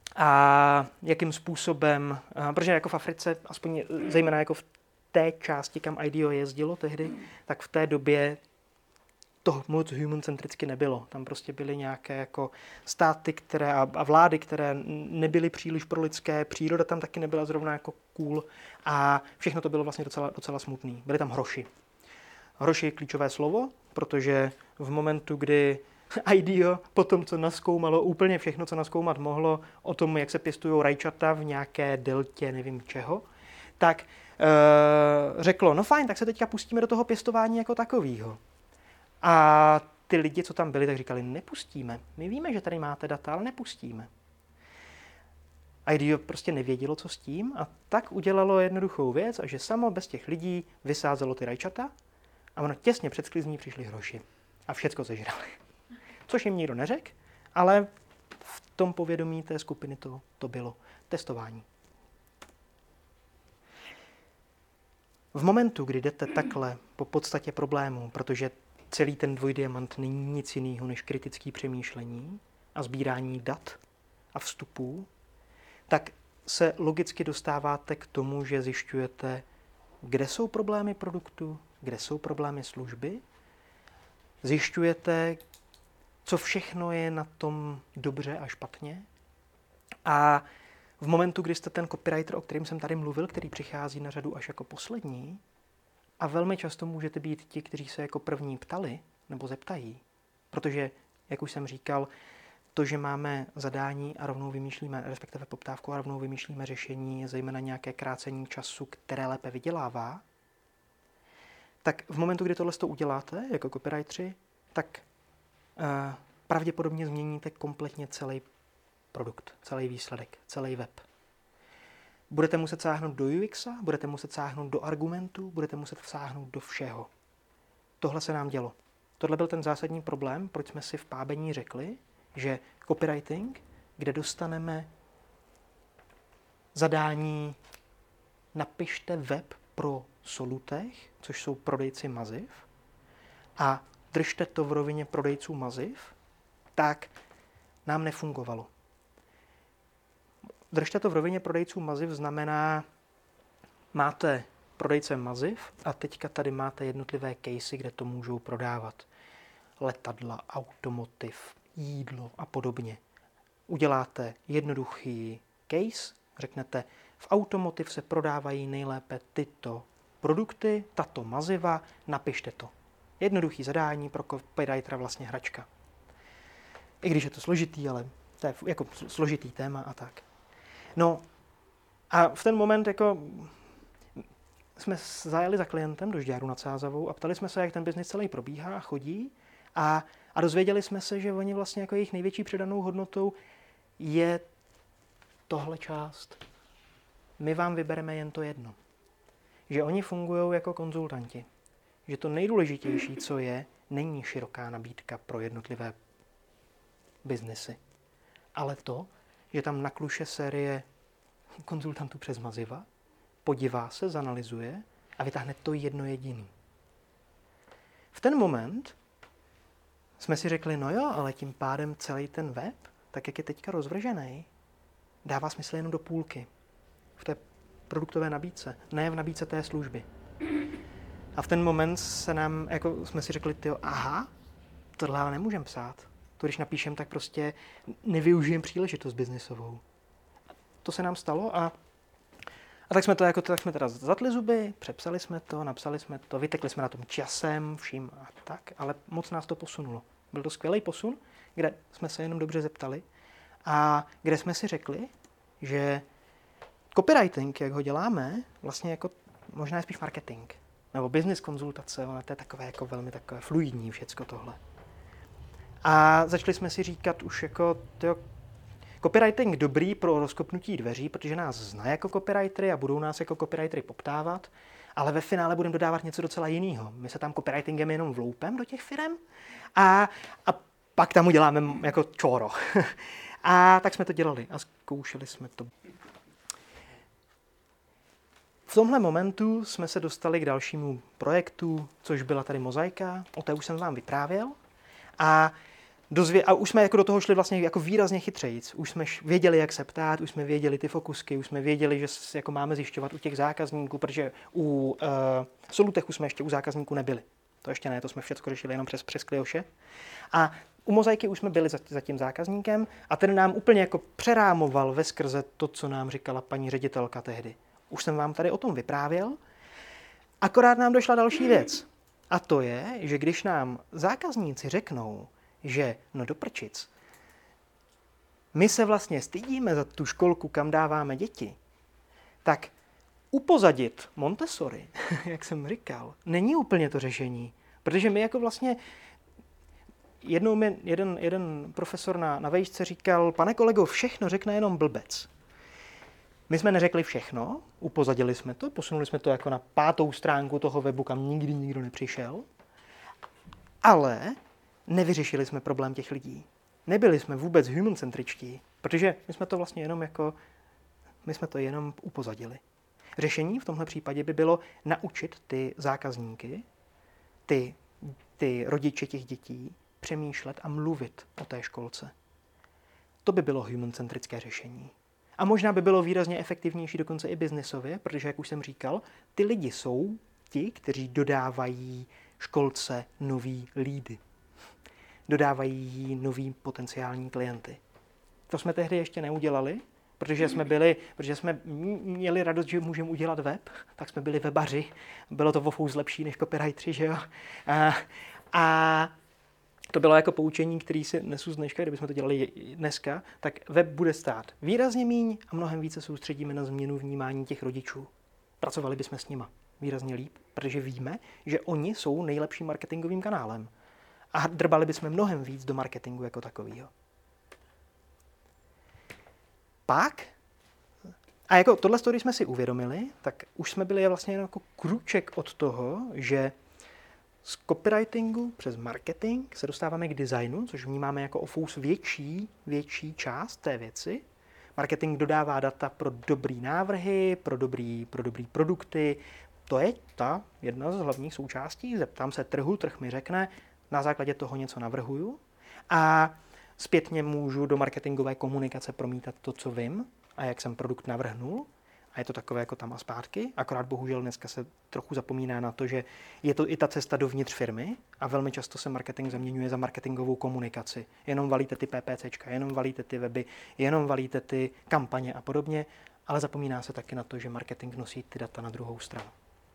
a jakým způsobem, a protože jako v Africe, aspoň zejména jako v té části, kam I D E O jezdilo tehdy, tak v té době to moc human-centricky nebylo. Tam prostě byly nějaké jako státy které, a, a vlády, které nebyly příliš pro lidské, příroda tam taky nebyla zrovna jako cool a všechno to bylo vlastně docela, docela smutný. Byly tam hroši. Hroši je klíčové slovo, protože v momentu, kdy I D E O po tom, co nazkoumalo úplně všechno, co nazkoumat mohlo, o tom, jak se pěstují rajčata v nějaké deltě, nevím čeho, tak e, řeklo, no fajn, tak se teďka pustíme do toho pěstování jako takového. A ty lidi, co tam byli, tak říkali, nepustíme. My víme, že tady máte data, ale nepustíme. I D E O prostě nevědělo, co s tím a tak udělalo jednoduchou věc, a že samo bez těch lidí vysázelo ty rajčata a ono těsně před sklizní přišli hroši a všecko zežrali. Což jim nikdo neřekl, ale v tom povědomí té skupiny to, to bylo testování. V momentu, kdy jdete takhle po podstatě problému, protože celý ten dvojdiamant není nic jiného než kritické přemýšlení a sbírání dat a vstupů, tak se logicky dostáváte k tomu, že zjišťujete, kde jsou problémy produktu, kde jsou problémy služby, zjišťujete, co všechno je na tom dobře a špatně. A v momentu, kdy jste ten copywriter, o kterém jsem tady mluvil, který přichází na řadu až jako poslední, a velmi často můžete být ti, kteří se jako první ptali nebo zeptají, protože, jak už jsem říkal, to, že máme zadání a rovnou vymýšlíme, respektive poptávku a rovnou vymýšlíme řešení, zejména nějaké krácení času, které lépe vydělává, tak v momentu, kdy tohle to uděláte jako copywriteri, tak uh, pravděpodobně změníte kompletně celý produkt, celý výsledek, celý web. Budete muset sáhnout do U X a, budete muset sáhnout do argumentů, budete muset sáhnout do všeho. Tohle se nám dělo. Tohle byl ten zásadní problém, proč jsme si v pábení řekli, že copywriting, kde dostaneme zadání napište web pro Solutech, což jsou prodejci maziv, a držte to v rovině prodejců maziv, tak nám nefungovalo. Držte to v rovině prodejců maziv znamená, máte prodejce maziv a teďka tady máte jednotlivé casey, kde to můžou prodávat. Letadla, automotiv, jídlo a podobně. Uděláte jednoduchý case, řeknete, v automotiv se prodávají nejlépe tyto produkty, tato maziva, napište to. Jednoduchý zadání pro copywritera, vlastně hračka. I když je to složitý, ale to je jako složitý téma a tak. No a v ten moment jako jsme zajeli za klientem do Žďáru nad Sázavou a ptali jsme se, jak ten biznis celý probíhá a chodí a, a dozvěděli jsme se, že oni vlastně jako jejich největší přidanou hodnotou je tohle část. My vám vybereme jen to jedno. Že oni fungují jako konzultanti. Že to nejdůležitější, co je, není široká nabídka pro jednotlivé biznesy. Ale to, že tam nakluše série konzultantů přes maziva, podívá se, zanalyzuje a vytáhne to jedno jediný. V ten moment jsme si řekli, no jo, ale tím pádem celý ten web, tak jak je teďka rozvržený, dává smysl jenom do půlky. V té produktové nabídce, ne v nabídce té služby. A v ten moment se nám, jako jsme si řekli, tyjo, aha, tohle ale nemůžeme psát. To, když napíšem, tak prostě nevyužijem příležitost biznisovou. To se nám stalo a, a tak jsme to jako tak jsme teda zatli zuby, přepsali jsme to, napsali jsme to, vytekli jsme na tom časem, vším a tak, ale moc nás to posunulo. Byl to skvělý posun, kde jsme se jenom dobře zeptali a kde jsme si řekli, že copywriting, jak ho děláme, vlastně jako možná je spíš marketing, nebo business konzultace, ale to je takové jako velmi takové fluidní všecko tohle. A začali jsme si říkat už jako, tyjo, copywriting dobrý pro rozkopnutí dveří, protože nás znají jako copywritery a budou nás jako copywritery poptávat, ale ve finále budeme dodávat něco docela jiného. My se tam copywritingem jenom vloupem do těch firem a, a pak tam uděláme jako čoro. A tak jsme to dělali a zkoušeli jsme to. V tomhle momentu jsme se dostali k dalšímu projektu, což byla tady Mozaika, o té už jsem vám vyprávěl. A dozvě- a už jsme jako do toho šli vlastně jako výrazně chytřejc. Už jsme věděli, jak se ptát, už jsme věděli ty fokusky, už jsme věděli, že se jako máme zjišťovat u těch zákazníků, protože u uh, Solutechu jsme ještě u zákazníků nebyli. To ještě ne, to jsme všechno řešili jenom přes, přes Klioše. A u Mozaiky už jsme byli za, za tím zákazníkem a ten nám úplně jako přerámoval veskrze to, co nám říkala paní ředitelka tehdy. Už jsem vám tady o tom vyprávěl, akorát nám došla další věc. A to je, že když nám zákazníci řeknou, že no do prčic, my se vlastně stydíme za tu školku, kam dáváme děti, tak upozadit Montessori, jak jsem říkal, není úplně to řešení. Protože my jako vlastně, jednou mi jeden, jeden profesor na, na vejšce říkal, pane kolego, všechno řekne jenom blbec. My jsme neřekli všechno, upozadili jsme to, posunuli jsme to jako na pátou stránku toho webu, kam nikdy nikdo nepřišel, ale nevyřešili jsme problém těch lidí. Nebyli jsme vůbec human-centričtí, protože my jsme to vlastně jenom jako, my jsme to jenom upozadili. Řešení v tomhle případě by bylo naučit ty zákazníky, ty, ty rodiče těch dětí, přemýšlet a mluvit o té školce. To by bylo human-centrické řešení. A možná by bylo výrazně efektivnější dokonce i biznisově, protože, jak už jsem říkal, ty lidi jsou ti, kteří dodávají školce nový lídy. Dodávají jí nový potenciální klienty. To jsme tehdy ještě neudělali, protože jsme byli, protože jsme měli radost, že můžeme udělat web, tak jsme byli webaři. Bylo to o fous lepší než copywriteri, že jo? A, a to bylo jako poučení, který si nesu z dneška, kdybychom to dělali dneska, tak web bude stát výrazně míň a mnohem více soustředíme na změnu vnímání těch rodičů. Pracovali bychom s nima výrazně líp, protože víme, že oni jsou nejlepším marketingovým kanálem. A drbali bychom mnohem víc do marketingu jako takového. Pak, a jako tohle story jsme si uvědomili, tak už jsme byli vlastně jako krůček od toho, že z copywritingu přes marketing se dostáváme k designu, což vnímáme jako o fous větší, větší část té věci. Marketing dodává data pro dobrý návrhy, pro dobrý, pro dobrý produkty. To je ta jedna z hlavních součástí. Zeptám se trhu, trh mi řekne, na základě toho něco navrhuju a zpětně můžu do marketingové komunikace promítat to, co vím a jak jsem produkt navrhnul. A je to takové jako tam a zpátky. Akorát bohužel dneska se trochu zapomíná na to, že je to i ta cesta dovnitř firmy a velmi často se marketing zaměňuje za marketingovou komunikaci. Jenom valíte ty PPCčka, jenom valíte ty weby, jenom valíte ty kampaně a podobně, ale zapomíná se taky na to, že marketing nosí ty data na druhou stranu.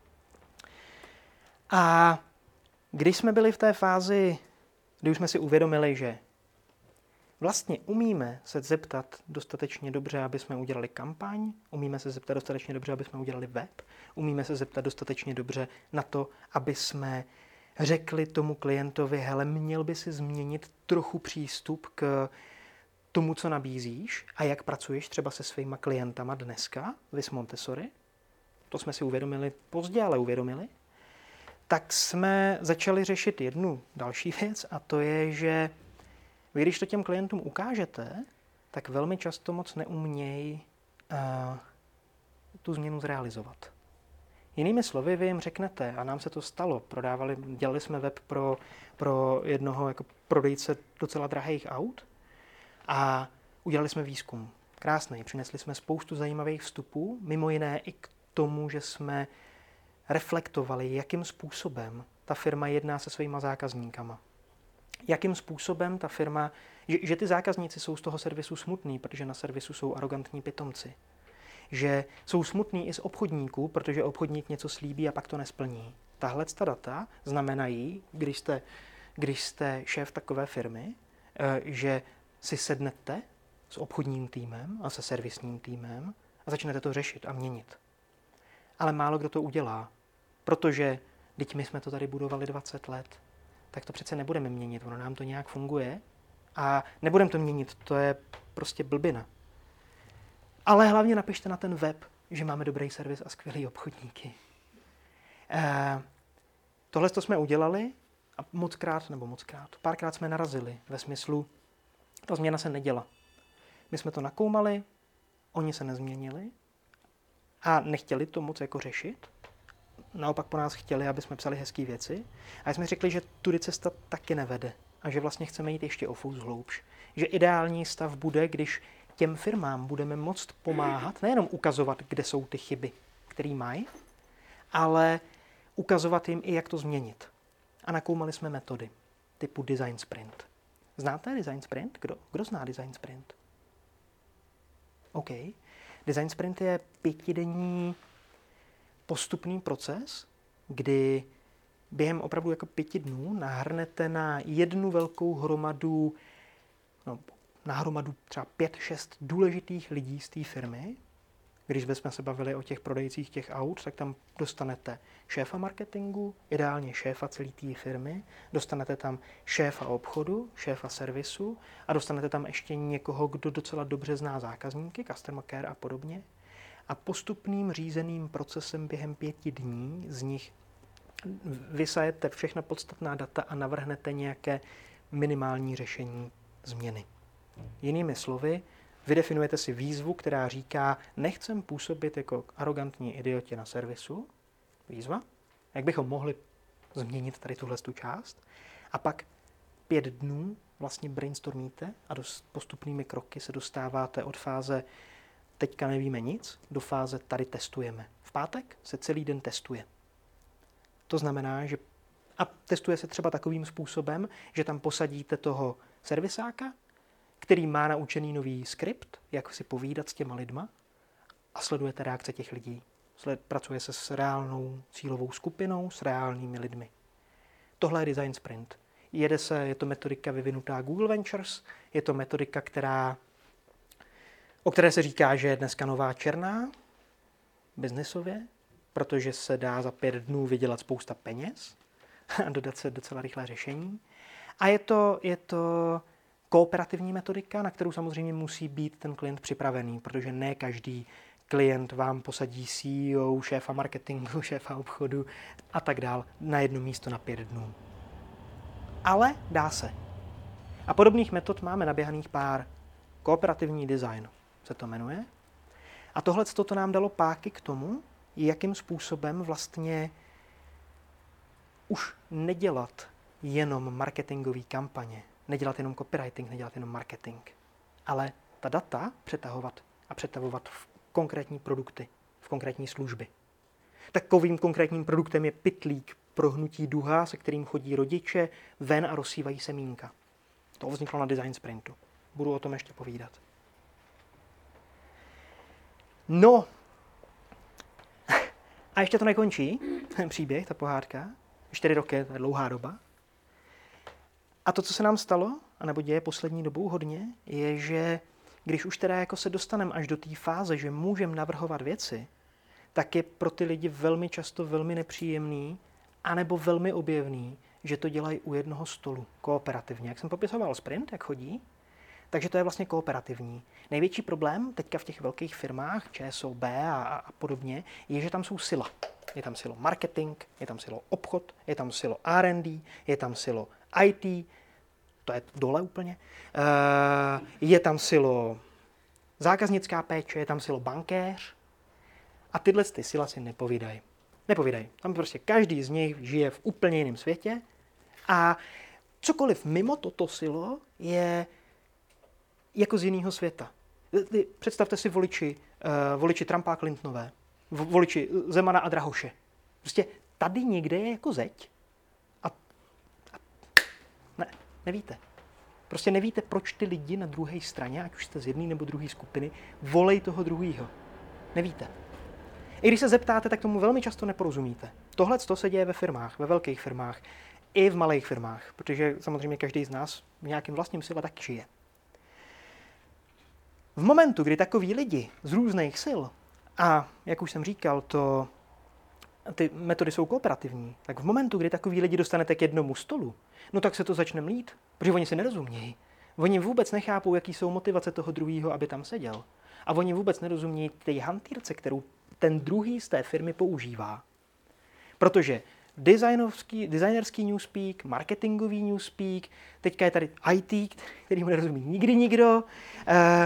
A když jsme byli v té fázi, kdy už jsme si uvědomili, že vlastně umíme se zeptat dostatečně dobře, aby jsme udělali kampaň, umíme se zeptat dostatečně dobře, aby jsme udělali web, umíme se zeptat dostatečně dobře na to, aby jsme řekli tomu klientovi, hele, měl by si změnit trochu přístup k tomu, co nabízíš a jak pracuješ třeba se svýma klientama dneska, vys Montessori. To jsme si uvědomili pozdě, ale uvědomili. Tak jsme začali řešit jednu další věc a to je, že vy, když to těm klientům ukážete, tak velmi často moc neumějí uh, tu změnu zrealizovat. Jinými slovy, vy jim řeknete, a nám se to stalo, prodávali, dělali jsme web pro, pro jednoho jako prodejce docela drahých aut a udělali jsme výzkum. Krásný, přinesli jsme spoustu zajímavých vstupů, mimo jiné i k tomu, že jsme reflektovali, jakým způsobem ta firma jedná se svýma zákazníkama. Jakým způsobem ta firma, že, že ty zákazníci jsou z toho servisu smutní, protože na servisu jsou arrogantní pitomci. Že jsou smutní i z obchodníků, protože obchodník něco slíbí a pak to nesplní. Tahle data znamenají, když jste, když jste šéf takové firmy, že si sednete s obchodním týmem a se servisním týmem a začnete to řešit a měnit. Ale málo kdo to udělá, protože teď my jsme to tady budovali dvacet let, tak to přece nebudeme měnit, ono nám to nějak funguje a nebudeme to měnit, to je prostě blbina. Ale hlavně napište na ten web, že máme dobrý servis a skvělý obchodníky. E, tohle to jsme udělali a mockrát, nebo mockrát, párkrát jsme narazili ve smyslu, ta změna se neděla. My jsme to nakoumali, oni se nezměnili a nechtěli to moc jako řešit. Naopak po nás chtěli, aby jsme psali hezké věci. A jsme řekli, že tudy cesta taky nevede. a že vlastně chceme jít ještě o fous hloubš. Že ideální stav bude, když těm firmám budeme moct pomáhat, nejenom ukazovat, kde jsou ty chyby, které mají, ale ukazovat jim i, jak to změnit. A nakoumali jsme metody typu design sprint. Znáte design sprint? Kdo, kdo zná design sprint? OK. Design sprint je pětidenní postupný proces, kdy během opravdu jako pěti dnů nahrnete na jednu velkou hromadu, no, na hromadu třeba pět, šest důležitých lidí z té firmy. Když jsme se bavili o těch prodejcích těch aut, tak tam dostanete šéfa marketingu, ideálně šéfa celé té firmy, dostanete tam šéfa obchodu, šéfa servisu a dostanete tam ještě někoho, kdo docela dobře zná zákazníky, customer care a podobně. A postupným řízeným procesem během pěti dní z nich vysajete všechna podstatná data a navrhnete nějaké minimální řešení změny. Jinými slovy, vydefinujete si výzvu, která říká, nechcem působit jako arrogantní idioti na servisu, výzva, jak bychom mohli změnit tady tuhle tu část, a pak pět dnů vlastně brainstormíte a dost postupnými kroky se dostáváte od fáze teďka nevíme nic, do fáze tady testujeme. V pátek se celý den testuje. To znamená, že a testuje se třeba takovým způsobem, že tam posadíte toho servisáka, který má naučený nový skript, jak si povídat s těma lidma a sledujete reakce těch lidí. Sled, pracuje se s reálnou cílovou skupinou, s reálnými lidmi. Tohle je design sprint. Jede se, je to metodika vyvinutá Google Ventures, je to metodika, která, o které se říká, že je dneska nová černá, biznesově, protože se dá za pět dnů vydělat spousta peněz a dodat se docela rychlé řešení. A je to, je to kooperativní metodika, na kterou samozřejmě musí být ten klient připravený, protože ne každý klient vám posadí C E O, šéfa marketingu, šéfa obchodu a tak dál na jedno místo na pět dnů. Ale dá se. A podobných metod máme naběhaných pár. Kooperativní design se to jmenuje. A tohle to nám dalo páky k tomu, jakým způsobem vlastně už nedělat jenom marketingové kampaně, nedělat jenom copywriting, nedělat jenom marketing, ale ta data přetahovat a přetavovat v konkrétní produkty, v konkrétní služby. Takovým konkrétním produktem je pytlík pro hnutí duha, se kterým chodí rodiče ven a rozsívají semínka. To vzniklo na design sprintu. Budu o tom ještě povídat. No, a ještě to nekončí, ten příběh, ta pohádka. Čtyři roky, to je dlouhá doba. A to, co se nám stalo, anebo děje poslední dobou hodně, je, že když už teda jako se dostaneme až do té fáze, že můžeme navrhovat věci, tak je pro ty lidi velmi často velmi nepříjemný, anebo velmi objevný, že to dělají u jednoho stolu, kooperativně. Jak jsem popisoval sprint, jak chodí, takže to je vlastně kooperativní. Největší problém teďka v těch velkých firmách, ČSOB a, a podobně, je, že tam jsou sila. Je tam silo marketing, je tam silo obchod, je tam silo R and D, je tam silo I T, to je dole úplně, uh, je tam silo zákaznická péče, je tam silo bankéř a tyhle ty sila si nepovídají. Nepovídají. Tam prostě každý z nich žije v úplně jiném světě a cokoliv mimo toto silo je jako z jiného světa. Představte si voliči, uh, voliči Trumpa a Clintonové, voliči Zemana a Drahoše. Prostě tady někde je jako zeď a, a ne, nevíte. Prostě nevíte, proč ty lidi na druhé straně, ať už jste z jedné nebo druhé skupiny, volej toho druhého. Nevíte. I když se zeptáte, tak tomu velmi často neporozumíte. Tohle to se děje ve firmách, ve velkých firmách, i v malých firmách, protože samozřejmě každý z nás v nějakém vlastním sile taky žije. V momentu, kdy takoví lidi z různých sil, a jak už jsem říkal, to, ty metody jsou kooperativní, tak v momentu, kdy takový lidi dostanete k jednomu stolu, no tak se to začne mlít, protože oni si nerozumějí. Oni vůbec nechápou, jaký jsou motivace toho druhého, aby tam seděl. A oni vůbec nerozumějí té hantýrce, kterou ten druhý z té firmy používá. Protože designerský, designerský newspeak, marketingový newspeak, teďka je tady I T, který mu nerozumí nikdy nikdo, uh,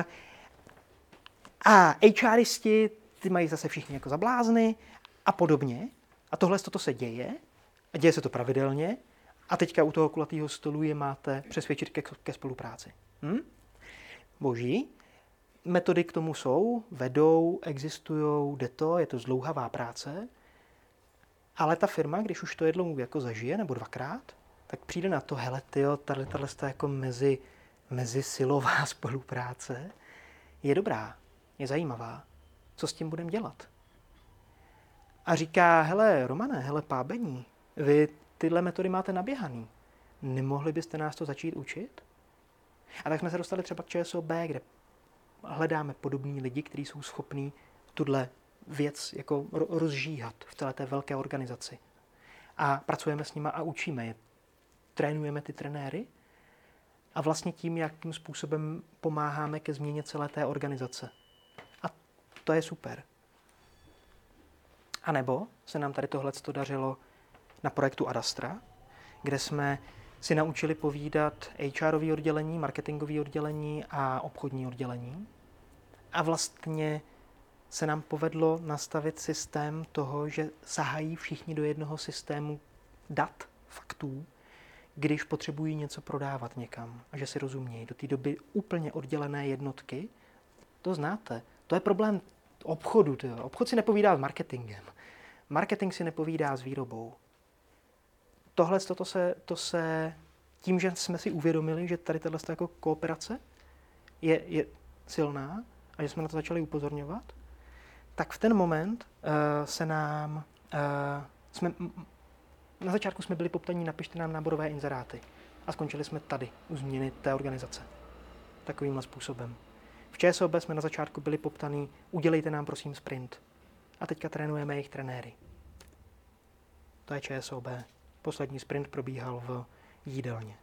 a HRisti, ty mají zase všichni jako zablázny a podobně. A tohle toto se děje, a děje se to pravidelně, A teďka u toho kulatého stolu je máte přesvědčit ke, ke spolupráci. Hm? Boží. Metody k tomu jsou, vedou, existují, jde to, je to zdlouhavá práce. Ale ta firma, když už to jednou jako zažije, nebo dvakrát, tak přijde na to, hele, tyjo, tahle, tahle jako mezi, mezisilová spolupráce je dobrá, je zajímavá. Co s tím budeme dělat? A říká, hele, Romane, hele, Pábení, vy tyhle metody máte naběhaný. Nemohli byste nás to začít učit? A tak jsme se dostali třeba k ČSOB, kde hledáme podobní lidi, kteří jsou schopní tuhle věc jako rozžíhat v celé té velké organizaci. A pracujeme s nima a učíme je. Trénujeme ty trenéry a vlastně tím, jakým způsobem pomáháme ke změně celé té organizace. A to je super. A nebo se nám tady tohleto dařilo na projektu Adastra, kde jsme si naučili povídat H R ové oddělení, marketingové oddělení a obchodní oddělení. A vlastně se nám povedlo nastavit systém toho, že sahají všichni do jednoho systému dat, faktů, když potřebují něco prodávat někam a že si rozumějí. Do té doby úplně oddělené jednotky, to znáte. To je problém obchodu. Tyjo. Obchod si nepovídá s marketingem. Marketing si nepovídá s výrobou. Tohle to se, to se tím, že jsme si uvědomili, že tady tato jako kooperace je, je silná a že jsme na to začali upozorňovat, tak v ten moment uh, se nám, uh, jsme, na začátku jsme byli poptaní, napište nám náborové inzeráty a skončili jsme tady u změny té organizace. Takovýmhle způsobem. V ČSOB jsme na začátku byli poptaní, udělejte nám prosím sprint. A teďka trénujeme jejich trenéry. To je ČSOB. Poslední sprint probíhal v jídelně.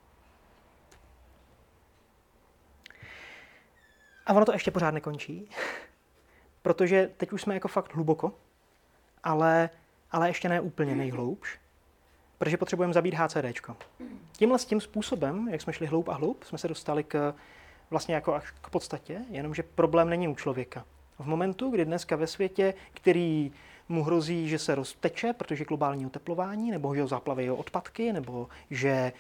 A ono to ještě pořád nekončí, protože teď už jsme jako fakt hluboko, ale, ale ještě ne úplně nejhloubš, protože potřebujeme zabít HCDčko. Tímhle s tím způsobem, jak jsme šli hloub a hloub, jsme se dostali k, vlastně jako až k podstatě, jenomže problém není u člověka. V momentu, kdy dneska ve světě, který mu hrozí, že se rozteče, protože globální oteplování, nebo že ho zaplaví odpadky, nebo že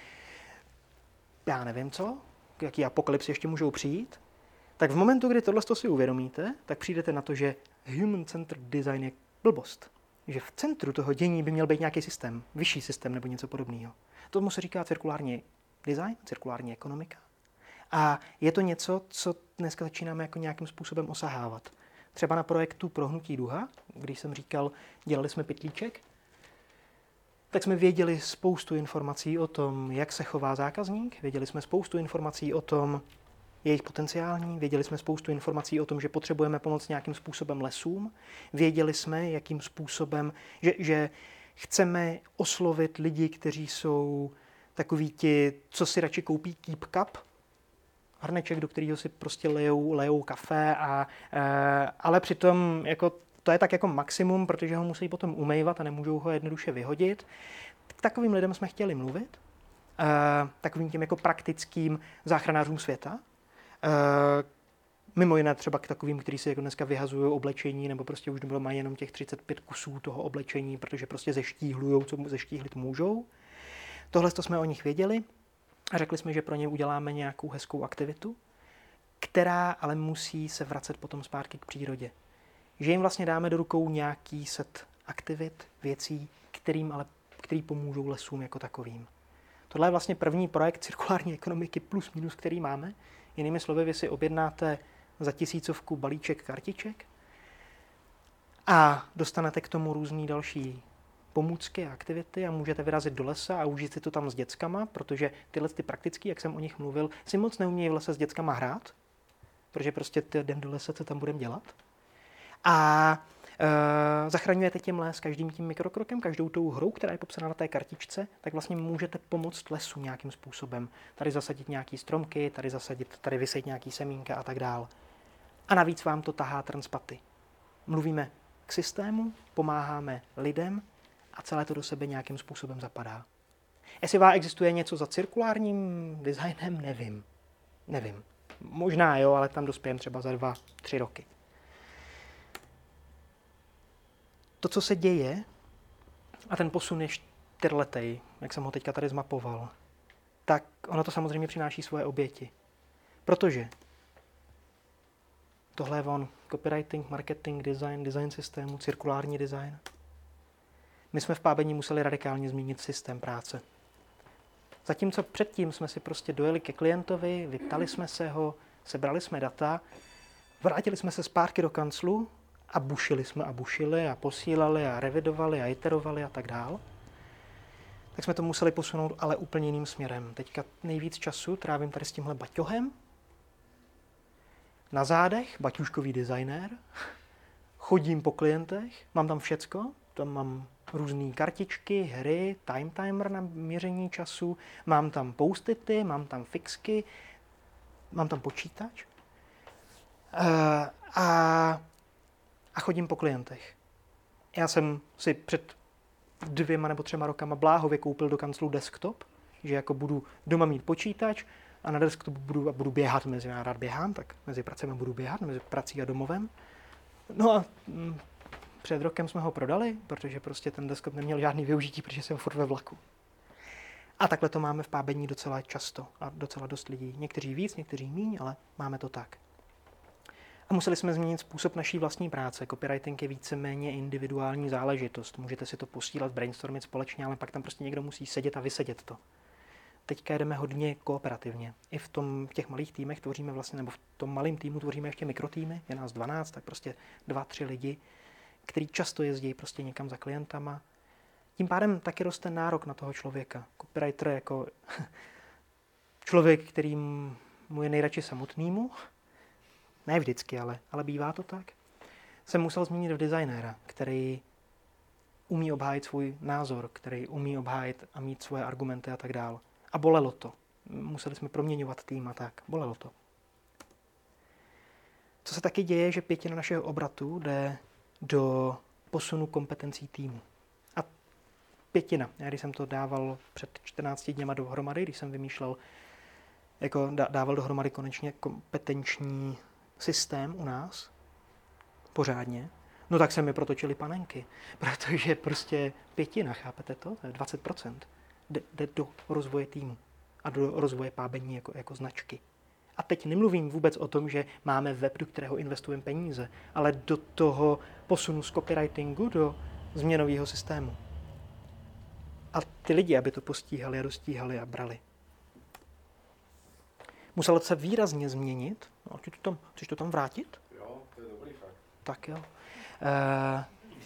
já nevím co, jaký apokalypsy ještě můžou přijít, tak v momentu, kdy tohle si uvědomíte, tak přijdete na to, že human-centered design je blbost. Že v centru toho dění by měl být nějaký systém, vyšší systém nebo něco podobného. Tomu se říká cirkulární design, cirkulární ekonomika. A je to něco, co dneska začínáme jako nějakým způsobem osahávat. Třeba na projektu pro hnutí duha, když jsem říkal, dělali jsme pytlíček, tak jsme věděli spoustu informací o tom, jak se chová zákazník, věděli jsme spoustu informací o tom, jejich potenciální, věděli jsme spoustu informací o tom, že potřebujeme pomoct nějakým způsobem lesům, věděli jsme, jakým způsobem, že, že chceme oslovit lidi, kteří jsou takoví ti, co si radši koupí keep cup, hrneček, do kterého si prostě lejou, lejou kafe, a, e, ale přitom jako, to je tak jako maximum, protože ho musí potom umývat a nemůžou ho jednoduše vyhodit. K takovým lidem jsme chtěli mluvit, e, takovým těm jako praktickým záchranářům světa. E, mimo jiné třeba k takovým, kteří si jako dneska vyhazují oblečení, nebo prostě už mají jenom těch třicet pět kusů toho oblečení, protože prostě zeštíhlujou, co zeštíhlit můžou. Tohle to jsme o nich věděli. A řekli jsme, že pro ně uděláme nějakou hezkou aktivitu, která ale musí se vracet potom zpátky k přírodě. Že jim vlastně dáme do rukou nějaký set aktivit, věcí, kterým ale, který pomůžou lesům jako takovým. Tohle je vlastně první projekt cirkulární ekonomiky plus minus, který máme. Jinými slovy, vy si objednáte za tisícovku balíček kartiček a dostanete k tomu různý další pomůcky a aktivity a můžete vyrazit do lesa a užít si to tam s dětskama, protože tyhle ty praktický, jak jsem o nich mluvil, si moc neumějí v lese s dětskama hrát, protože prostě ty jdem do lesa, co tam budeme dělat. A e, zachraňujete tím les každým tím mikrokrokem, každou tou hrou, která je popsaná na té kartičce, tak vlastně můžete pomoct lesu nějakým způsobem. Tady zasadit nějaký stromky, tady zasadit, tady vysejt nějaký semínka a tak dál. A navíc vám to tahá transpaty. Mluvíme k systému, pomáháme lidem, a celé to do sebe nějakým způsobem zapadá. Jestli vám existuje něco za cirkulárním designem, nevím. Nevím. Možná jo, ale tam dospějem třeba za dva, tři roky. To, co se děje, a ten posun je čtyřletej, jak jsem ho teďka tady zmapoval, tak ono to samozřejmě přináší svoje oběti. Protože tohle je on copywriting, marketing, design, design systému, cirkulární design. My jsme v Pábení museli radikálně změnit systém práce. Zatímco předtím jsme si prostě dojeli ke klientovi, vyptali jsme se ho, sebrali jsme data, vrátili jsme se zpátky do kanclu a bušili jsme a bušili a posílali a revidovali a iterovali a tak dál. Tak jsme to museli posunout ale úplně jiným směrem. Teďka nejvíc času trávím tady s tímhle baťohem. Na zádech baťuškový designér. Chodím po klientech, mám tam všecko. Tam mám různé kartičky, hry, time timer na měření času, mám tam post-ity, mám tam fixky, mám tam počítač. Uh, a, a chodím po klientech. Já jsem si před dvěma nebo třema rokama bláhově koupil do kanclu desktop, že jako budu doma mít počítač a na desktopu budu, a budu běhat, mezi, já rád běhám, tak mezi pracemi budu běhat, mezi prací a domovem. No a mm, před rokem jsme ho prodali, protože prostě ten desktop neměl žádný využití, protože jsem furt ve vlaku. A takhle to máme v Pábení docela často a docela dost lidí. Někteří víc, někteří míň, ale máme to tak. A museli jsme změnit způsob naší vlastní práce. Copywriting je víceméně individuální záležitost. Můžete si to posílat, brainstormit společně, ale pak tam prostě někdo musí sedět a vysedět to. Teďka jedeme hodně kooperativně. I v, tom, v těch malých týmech tvoříme vlastně, nebo v tom malém týmu tvoříme ještě mikrotýmy, je nás dvanáct, tak prostě dva, tři lidi, který často jezdí prostě někam za klientama. Tím pádem taky roste nárok na toho člověka. Copywriter jako člověk, který mu je nejradši samotnému, ne vždycky, ale, ale bývá to tak, jsem musel změnit v designéra, který umí obhájit svůj názor, který umí obhájit a mít svoje argumenty a tak dál. A bolelo to. Museli jsme proměňovat tým a tak. Bolelo to. Co se taky děje, že pětina našeho obratu jde do posunu kompetencí týmu. A pětina. Já když jsem to dával před čtrnácti dněma dohromady, když jsem vymýšlel, jako dával dohromady konečně kompetenční systém u nás, pořádně, no tak se mi protočily panenky, protože prostě pětina, chápete to? To je dvacet procent. Jde, jde do rozvoje týmu a do rozvoje Pábení jako, jako značky. A teď nemluvím vůbec o tom, že máme web, do kterého investujeme peníze, ale do toho posunu z copywritingu do změnového systému. A ty lidi, aby to postíhali a dostíhali a brali. Muselo se výrazně změnit. No, chceš, to tam, chceš to tam vrátit? Jo, to je dobrý fakt. Tak jo. Uh,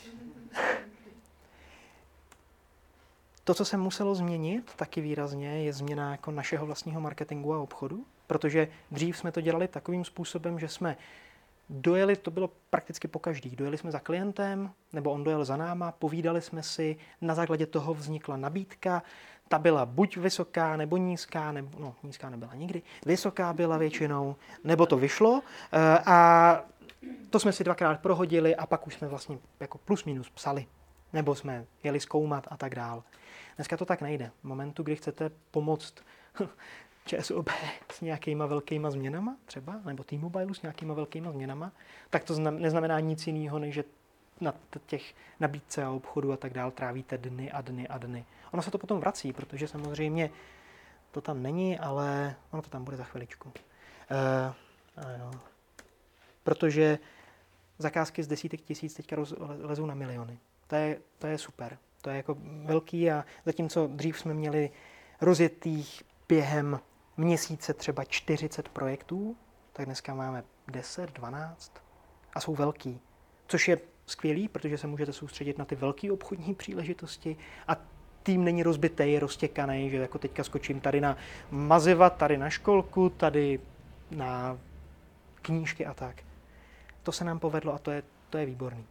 to, co se muselo změnit taky výrazně, je změna jako našeho vlastního marketingu a obchodu, protože dřív jsme to dělali takovým způsobem, že jsme dojeli, to bylo prakticky po každý, dojeli jsme za klientem, nebo on dojel za náma, povídali jsme si, na základě toho vznikla nabídka, ta byla buď vysoká, nebo nízká, nebo, no nízká nebyla nikdy, vysoká byla většinou, nebo to vyšlo a to jsme si dvakrát prohodili a pak už jsme vlastně jako plus minus psali, nebo jsme jeli zkoumat a tak dál. Dneska to tak nejde. V momentu, kdy chcete pomoct ČSOB s nějakýma velkýma změnama třeba, nebo T-Mobile s nějakýma velkýma změnama, tak to znam, neznamená nic jiného, než že na těch nabídce a obchodu a tak dál trávíte dny a dny a dny. Ono se to potom vrací, protože samozřejmě to tam není, ale ono to tam bude za chviličku. Uh, ano. Protože zakázky z desítek tisíc teďka roz, lezou na miliony. To je, to je super. To je jako velký a zatímco dřív jsme měli rozjetých během měsíce třeba čtyřicet projektů, tak dneska máme deset, dvanáct a jsou velký. Což je skvělý, protože se můžete soustředit na ty velké obchodní příležitosti a tým není rozbitý, je roztěkaný, že jako teďka skočím tady na maziva, tady na školku, tady na knížky a tak. To se nám povedlo a to je, to je výborný.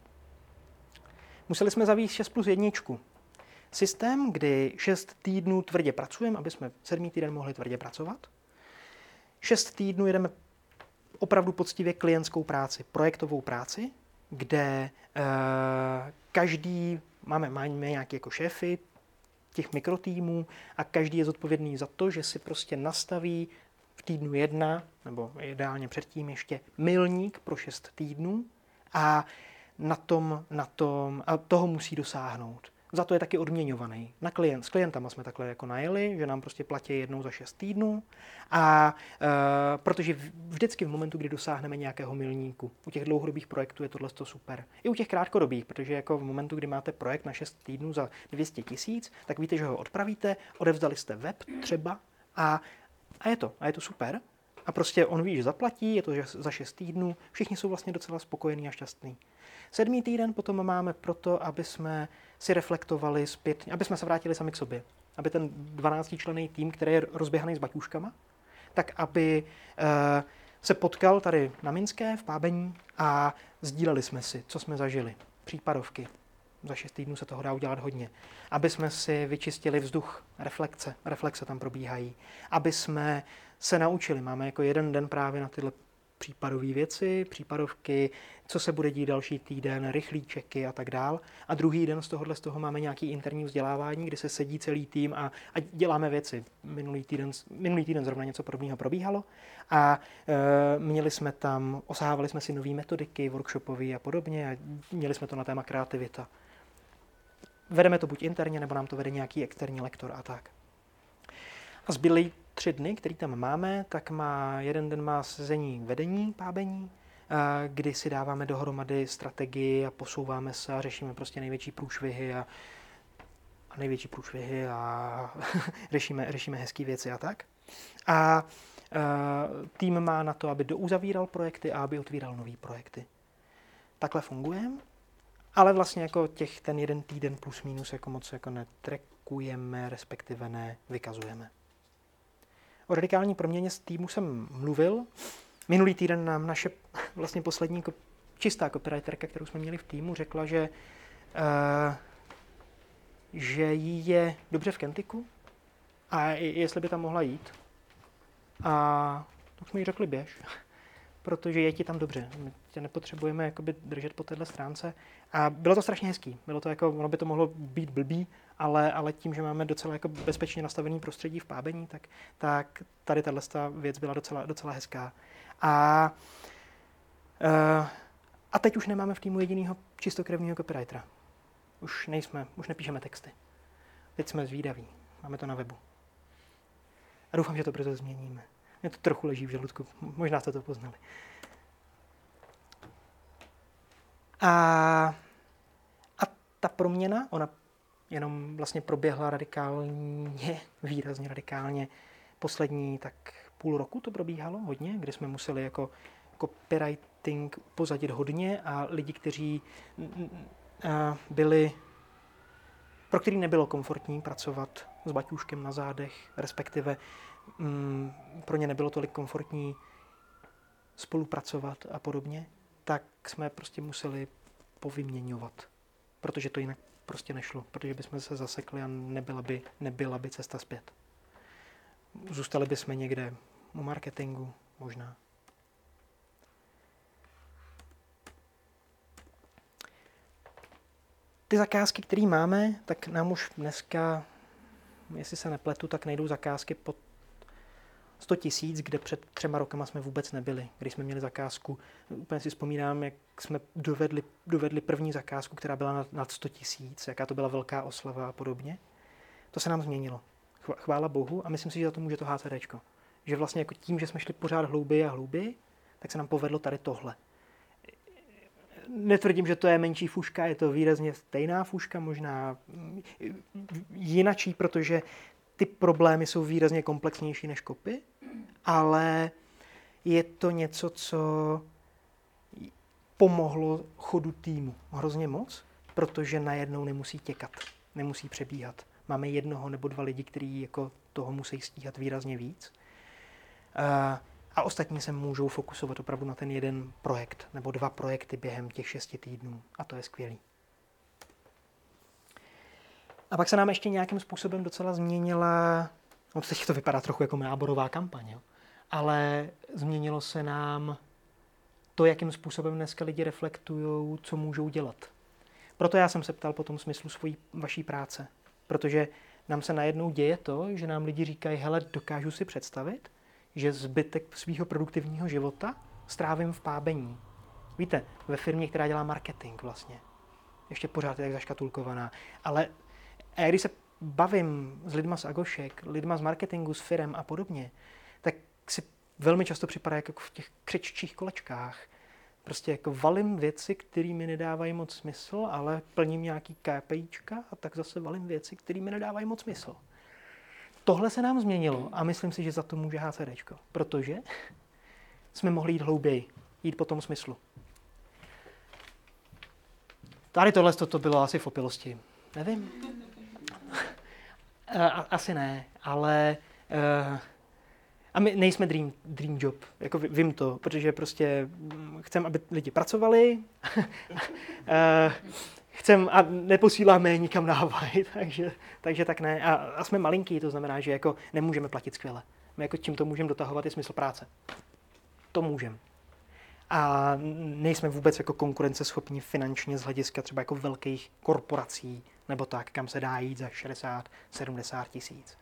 Museli jsme zavést šest plus jedna. Systém, kdy šest týdnů tvrdě pracujeme, aby jsme sedmý týden mohli tvrdě pracovat. Šest týdnů jedeme opravdu poctivě klientskou práci, projektovou práci, kde uh, každý, máme, máme nějaké jako šéfy těch mikrotýmů a každý je zodpovědný za to, že si prostě nastaví v týdnu jedna, nebo ideálně předtím ještě milník pro šest týdnů a na tom, na tom, a toho musí dosáhnout. za to je taky odměňovaný. Na klient, s klientama jsme takhle jako najeli, že nám prostě platí jednou za šest týdnů a e, protože vždycky v momentu, kdy dosáhneme nějakého milníku, u těch dlouhodobých projektů je tohle super. I u těch krátkodobých, protože jako v momentu, kdy máte projekt na šest týdnů za dvě stě tisíc, tak víte, že ho odpravíte, odevzdali jste web třeba a, a je to, a je to super. A prostě on ví, že zaplatí, je to za šest týdnů, všichni jsou vlastně docela spokojení a šťastní. Sedmý týden potom máme proto, aby jsme si reflektovali zpět, aby jsme se vrátili sami k sobě. Aby ten dvanáctičlenný tým, který je rozběhaný s baťůžkama, tak aby e, se potkal tady na Minské v Pábení a sdíleli jsme si, co jsme zažili. Případovky. Za šest týdnů se toho dá udělat hodně. Aby jsme si vyčistili vzduch, reflexe, reflexe tam probíhají. Aby jsme se naučili, máme jako jeden den právě na tyhle případové věci, případovky, co se bude dít další týden, rychlý čeky a tak dál. A druhý den z tohohle z toho máme nějaký interní vzdělávání, kdy se sedí celý tým a, a děláme věci. Minulý týden, minulý týden zrovna něco podobného probíhalo a e, měli jsme tam, osahávali jsme si nové metodiky, workshopové a podobně a měli jsme to na téma kreativita. Vedeme to buď interně, nebo nám to vede nějaký externí lektor a tak. A zbylý tři dny, který tam máme, tak má jeden den má sezení vedení, pábení, kdy si dáváme dohromady strategii a posouváme se a řešíme prostě největší průšvihy a, a největší průšvihy a řešíme, řešíme hezké věci a tak. A uh, tým má na to, aby douzavíral projekty a aby otvíral nové projekty. Takhle fungujeme, ale vlastně jako těch ten jeden týden plus minus jako moc jako netrekujeme, respektive nevykazujeme. O radikální proměně z týmu jsem mluvil. Minulý týden nám naše vlastně poslední čistá copywriterka, kterou jsme měli v týmu, řekla, že, uh, že jí je dobře v Kenticku a jestli by tam mohla jít. A tak jsme jí řekli běž, protože je ti tam dobře. My tě nepotřebujeme jakoby držet po téhle stránce. A bylo to strašně hezký. Bylo to jako, ono by to mohlo být blbý, ale, ale tím, že máme docela jako bezpečně nastavený prostředí v Pábení, tak, tak tady tahle věc byla docela, docela hezká. A, uh, a teď už nemáme v týmu jedinýho čistokrevního copywritera. Už nejsme, už nepíšeme texty. Teď jsme zvídaví. Máme to na webu. A doufám, že to brzo změníme. Mě to trochu leží v žaludku. Možná jste to poznali. A, a ta proměna, ona jenom vlastně proběhla radikálně, výrazně radikálně. Poslední tak půl roku to probíhalo hodně, kdy jsme museli jako copywriting pozadit hodně a lidi, kteří byli, pro který nebylo komfortní pracovat s baťůžkem na zádech, respektive mm, pro ně nebylo tolik komfortní spolupracovat a podobně, tak jsme prostě museli povyměňovat, protože to jinak prostě nešlo, protože bychom se zasekli a nebyla by, nebyla by cesta zpět. Zůstali bychom někde u marketingu, možná. Ty zakázky, které máme, tak nám už dneska, jestli se nepletu, tak nejdou zakázky pod sto tisíc, kde před třema rokama jsme vůbec nebyli. Když jsme měli zakázku, úplně si vzpomínám, jak jsme dovedli, dovedli první zakázku, která byla nad, nad sto tisíc, jaká to byla velká oslava a podobně. To se nám změnilo. Chvála Bohu a myslím si, že za to může to HCDčko. Že vlastně jako tím, že jsme šli pořád hlouběji a hlouběji, tak se nám povedlo tady tohle. Netvrdím, že to je menší fuška, je to výrazně stejná fuška, možná jinačí, protože ty problémy jsou výrazně komplexnější než kopy, ale je to něco, co pomohlo chodu týmu hrozně moc, protože najednou nemusí těkat, nemusí přebíhat. Máme jednoho nebo dva lidi, kteří jako toho musí stíhat výrazně víc. A ostatní se můžou fokusovat opravdu na ten jeden projekt nebo dva projekty během těch šesti týdnů. A to je skvělý. A pak se nám ještě nějakým způsobem docela změnila, no teď to vypadá trochu jako náborová kampaň, jo? Ale změnilo se nám to, jakým způsobem dneska lidi reflektují, co můžou dělat. Proto já jsem se ptal po tom smyslu svojí, vaší práce. Protože nám se najednou děje to, že nám lidi říkají, hele, dokážu si představit, že zbytek svého produktivního života strávím v Pábení. Víte, ve firmě, která dělá marketing vlastně. Ještě pořád je tak zaškatulkovaná. Ale A já když se bavím s lidma z Agošek, lidma z marketingu, z firem a podobně, tak si velmi často připadá jako v těch křeččích kolečkách. Prostě jako valím věci, které mi nedávají moc smysl, ale plním nějaký KPIčka a tak zase valím věci, které mi nedávají moc smysl. Tohle se nám změnilo a myslím si, že za to může HCDčko, protože jsme mohli jít hlouběji, jít po tom smyslu. Tady tohle to bylo asi v opilosti. Nevím. Asi ne, ale uh, a my nejsme dream, dream job, jako vím to, protože prostě chcem, aby lidi pracovali, uh, chcem a neposíláme je nikam na Havaj, takže, takže tak ne. A, a jsme malinký, to znamená, že jako nemůžeme platit skvěle. My jako čím to můžeme dotahovat je smysl práce. To můžeme. A nejsme vůbec jako konkurenceschopní finančně z hlediska třeba jako velkých korporací, nebo tak, kam se dá jít za šedesát sedmdesát tisíc.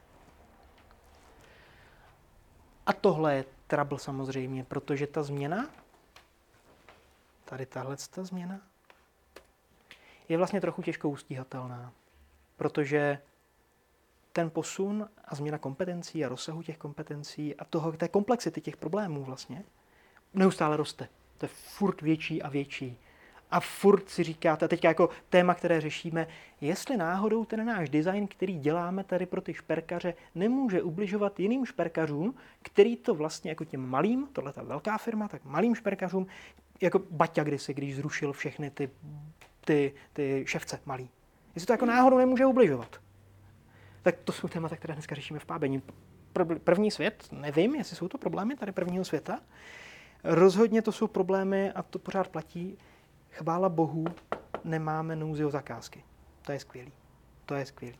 A tohle je trouble samozřejmě, protože ta změna, tady tahle ta změna, je vlastně trochu těžko ustíhatelná, protože ten posun a změna kompetencí a rozsahu těch kompetencí a toho, té komplexity těch problémů vlastně neustále roste. To je furt větší a větší. A furt si říkáte, teďka jako téma, které řešíme, jestli náhodou ten náš design, který děláme tady pro ty šperkaře, nemůže ubližovat jiným šperkařům, který to vlastně jako těm malým, tohle ta velká firma, tak malým šperkařům, jako Baťa kdysi, když zrušil všechny ty, ty, ty ševce malý. Jestli to jako náhodou nemůže ubližovat. Tak to jsou témata, které dneska řešíme v pábení. První svět, nevím, jestli jsou to problémy tady prvního světa. Rozhodně to jsou problémy a to pořád platí. Chvála Bohu, nemáme nouzi o zakázky. To je skvělý. To je skvělý.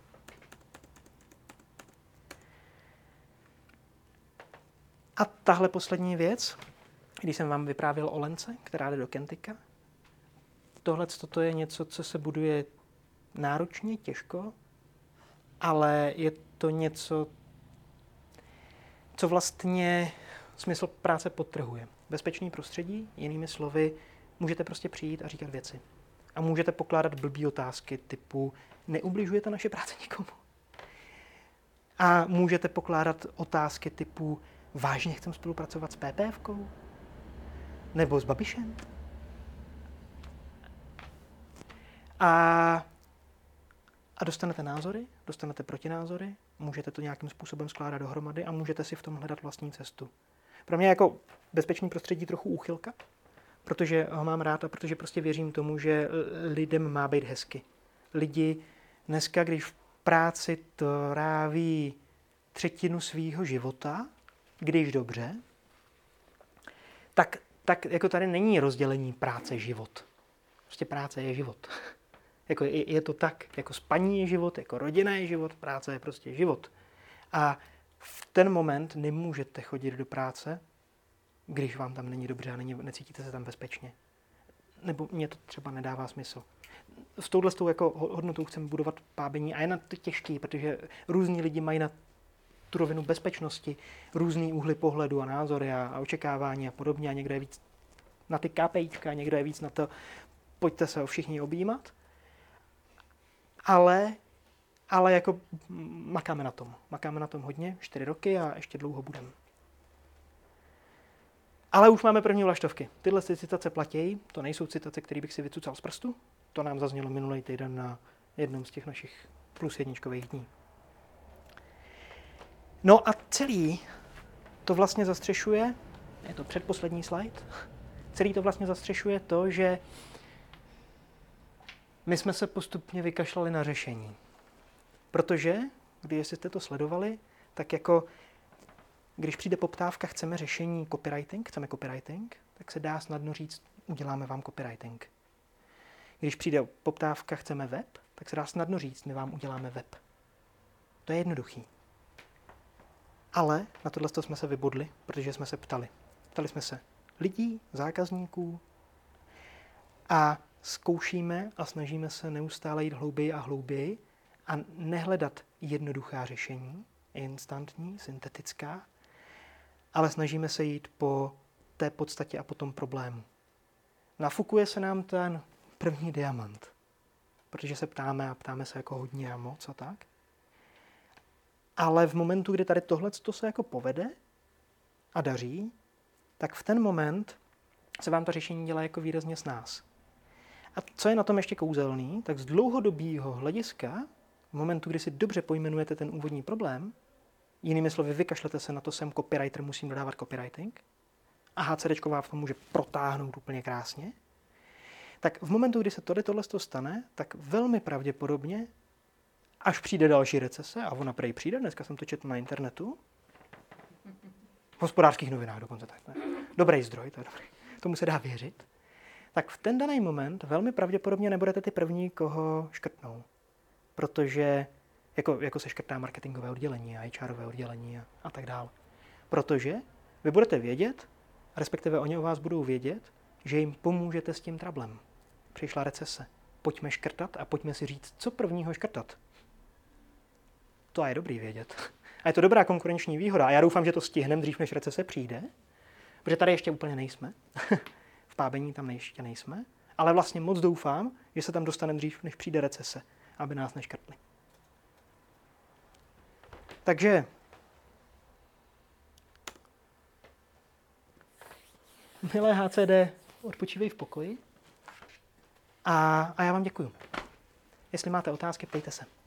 A tahle poslední věc, když jsem vám vyprávěl o Lence, která jde do Kentika, tohle to je něco, co se buduje náročně, těžko, ale je to něco, co vlastně smysl práce podtrhuje. Bezpečný prostředí, jinými slovy, můžete prostě přijít a říkat věci. A můžete pokládat blbý otázky typu neubližuje ta naše práce nikomu. A můžete pokládat otázky typu vážně chcem spolupracovat s PPFkou? Nebo s Babišem? A, a dostanete názory, dostanete protinázory, můžete to nějakým způsobem skládat dohromady a můžete si v tom hledat vlastní cestu. Pro mě jako bezpečný prostředí trochu úchylka, protože ho mám rád a protože prostě věřím tomu, že lidem má být hezky. Lidi dneska, když v práci tráví třetinu svýho života, když dobře, tak, tak jako tady není rozdělení práce-život. Prostě práce je život. Jako je, je to tak, jako spaní je život, jako rodina je život, práce je prostě život. A v ten moment nemůžete chodit do práce, když vám tam není dobře a není, necítíte se tam bezpečně. Nebo mě to třeba nedává smysl. S touhle s tou jako hodnotou chcem budovat pábení a je na to těžký, protože různí lidi mají na tu rovinu bezpečnosti různý úhly pohledu a názory a, a očekávání a podobně. A někdo je víc na ty KPIčka, někdo je víc na to, pojďte se o všichni objímat. Ale, ale jako makáme na tom. Makáme na tom hodně, čtyři roky a ještě dlouho budeme. Ale už máme první vlaštovky. Tyhle citace platí, to nejsou citace, které bych si vycucal z prstu. To nám zaznělo minulý týden na jednom z těch našich plus jedničkových dní. No a celý to vlastně zastřešuje, je to předposlední slide, celý to vlastně zastřešuje to, že my jsme se postupně vykašlali na řešení. Protože, když jste to sledovali, tak jako když přijde poptávka, chceme řešení copywriting, chceme copywriting, tak se dá snadno říct, uděláme vám copywriting. Když přijde poptávka, chceme web, tak se dá snadno říct, my vám uděláme web. To je jednoduchý. Ale na tohle jsme se vybodli, protože jsme se ptali. Ptali jsme se lidí, zákazníků a zkoušíme a snažíme se neustále jít hlouběji a hlouběji a nehledat jednoduchá řešení, instantní, syntetická, ale snažíme se jít po té podstatě a po tom problému. Nafukuje se nám ten první diamant. protože se ptáme a ptáme se jako hodně a moc a tak. Ale v momentu, kdy tady tohle se jako povede a daří, tak v ten moment se vám to řešení dělá jako výrazně s nás. A co je na tom ještě kouzelný, tak z dlouhodobého hlediska, v momentu, kdy si dobře pojmenujete ten úvodní problém, jinými slovy, vykašlete se na to, jsem copywriter, musím dodávat copywriting, a HCDčko vám v tom může protáhnout úplně krásně, tak v momentu, kdy se tohle tohle stane, tak velmi pravděpodobně, až přijde další recese, a ona prej přijde, dneska jsem to četl na internetu, v Hospodářských novinách dokonce tak. Ne? Dobrý zdroj, to je dobrý. Tomu se dá věřit. Tak v ten daný moment velmi pravděpodobně nebudete ty první, koho škrtnou. Protože jako, jako se škrtá marketingové oddělení a há erové oddělení a, a tak dále. Protože vy budete vědět, respektive oni o vás budou vědět, že jim pomůžete s tím trablem. Přišla recese. Pojďme škrtat a pojďme si říct, co prvního škrtat. To je dobrý vědět. A je to dobrá konkurenční výhoda. A já doufám, že to stihneme dřív, než recese přijde. Protože tady ještě úplně nejsme. V pábení tam ještě nejsme. Ale vlastně moc doufám, že se tam dostaneme dřív, než přijde recese, aby nás neškrtli. Takže milé H C D, odpočívej v pokoji. A, a já vám děkuju. Jestli máte otázky, ptejte se.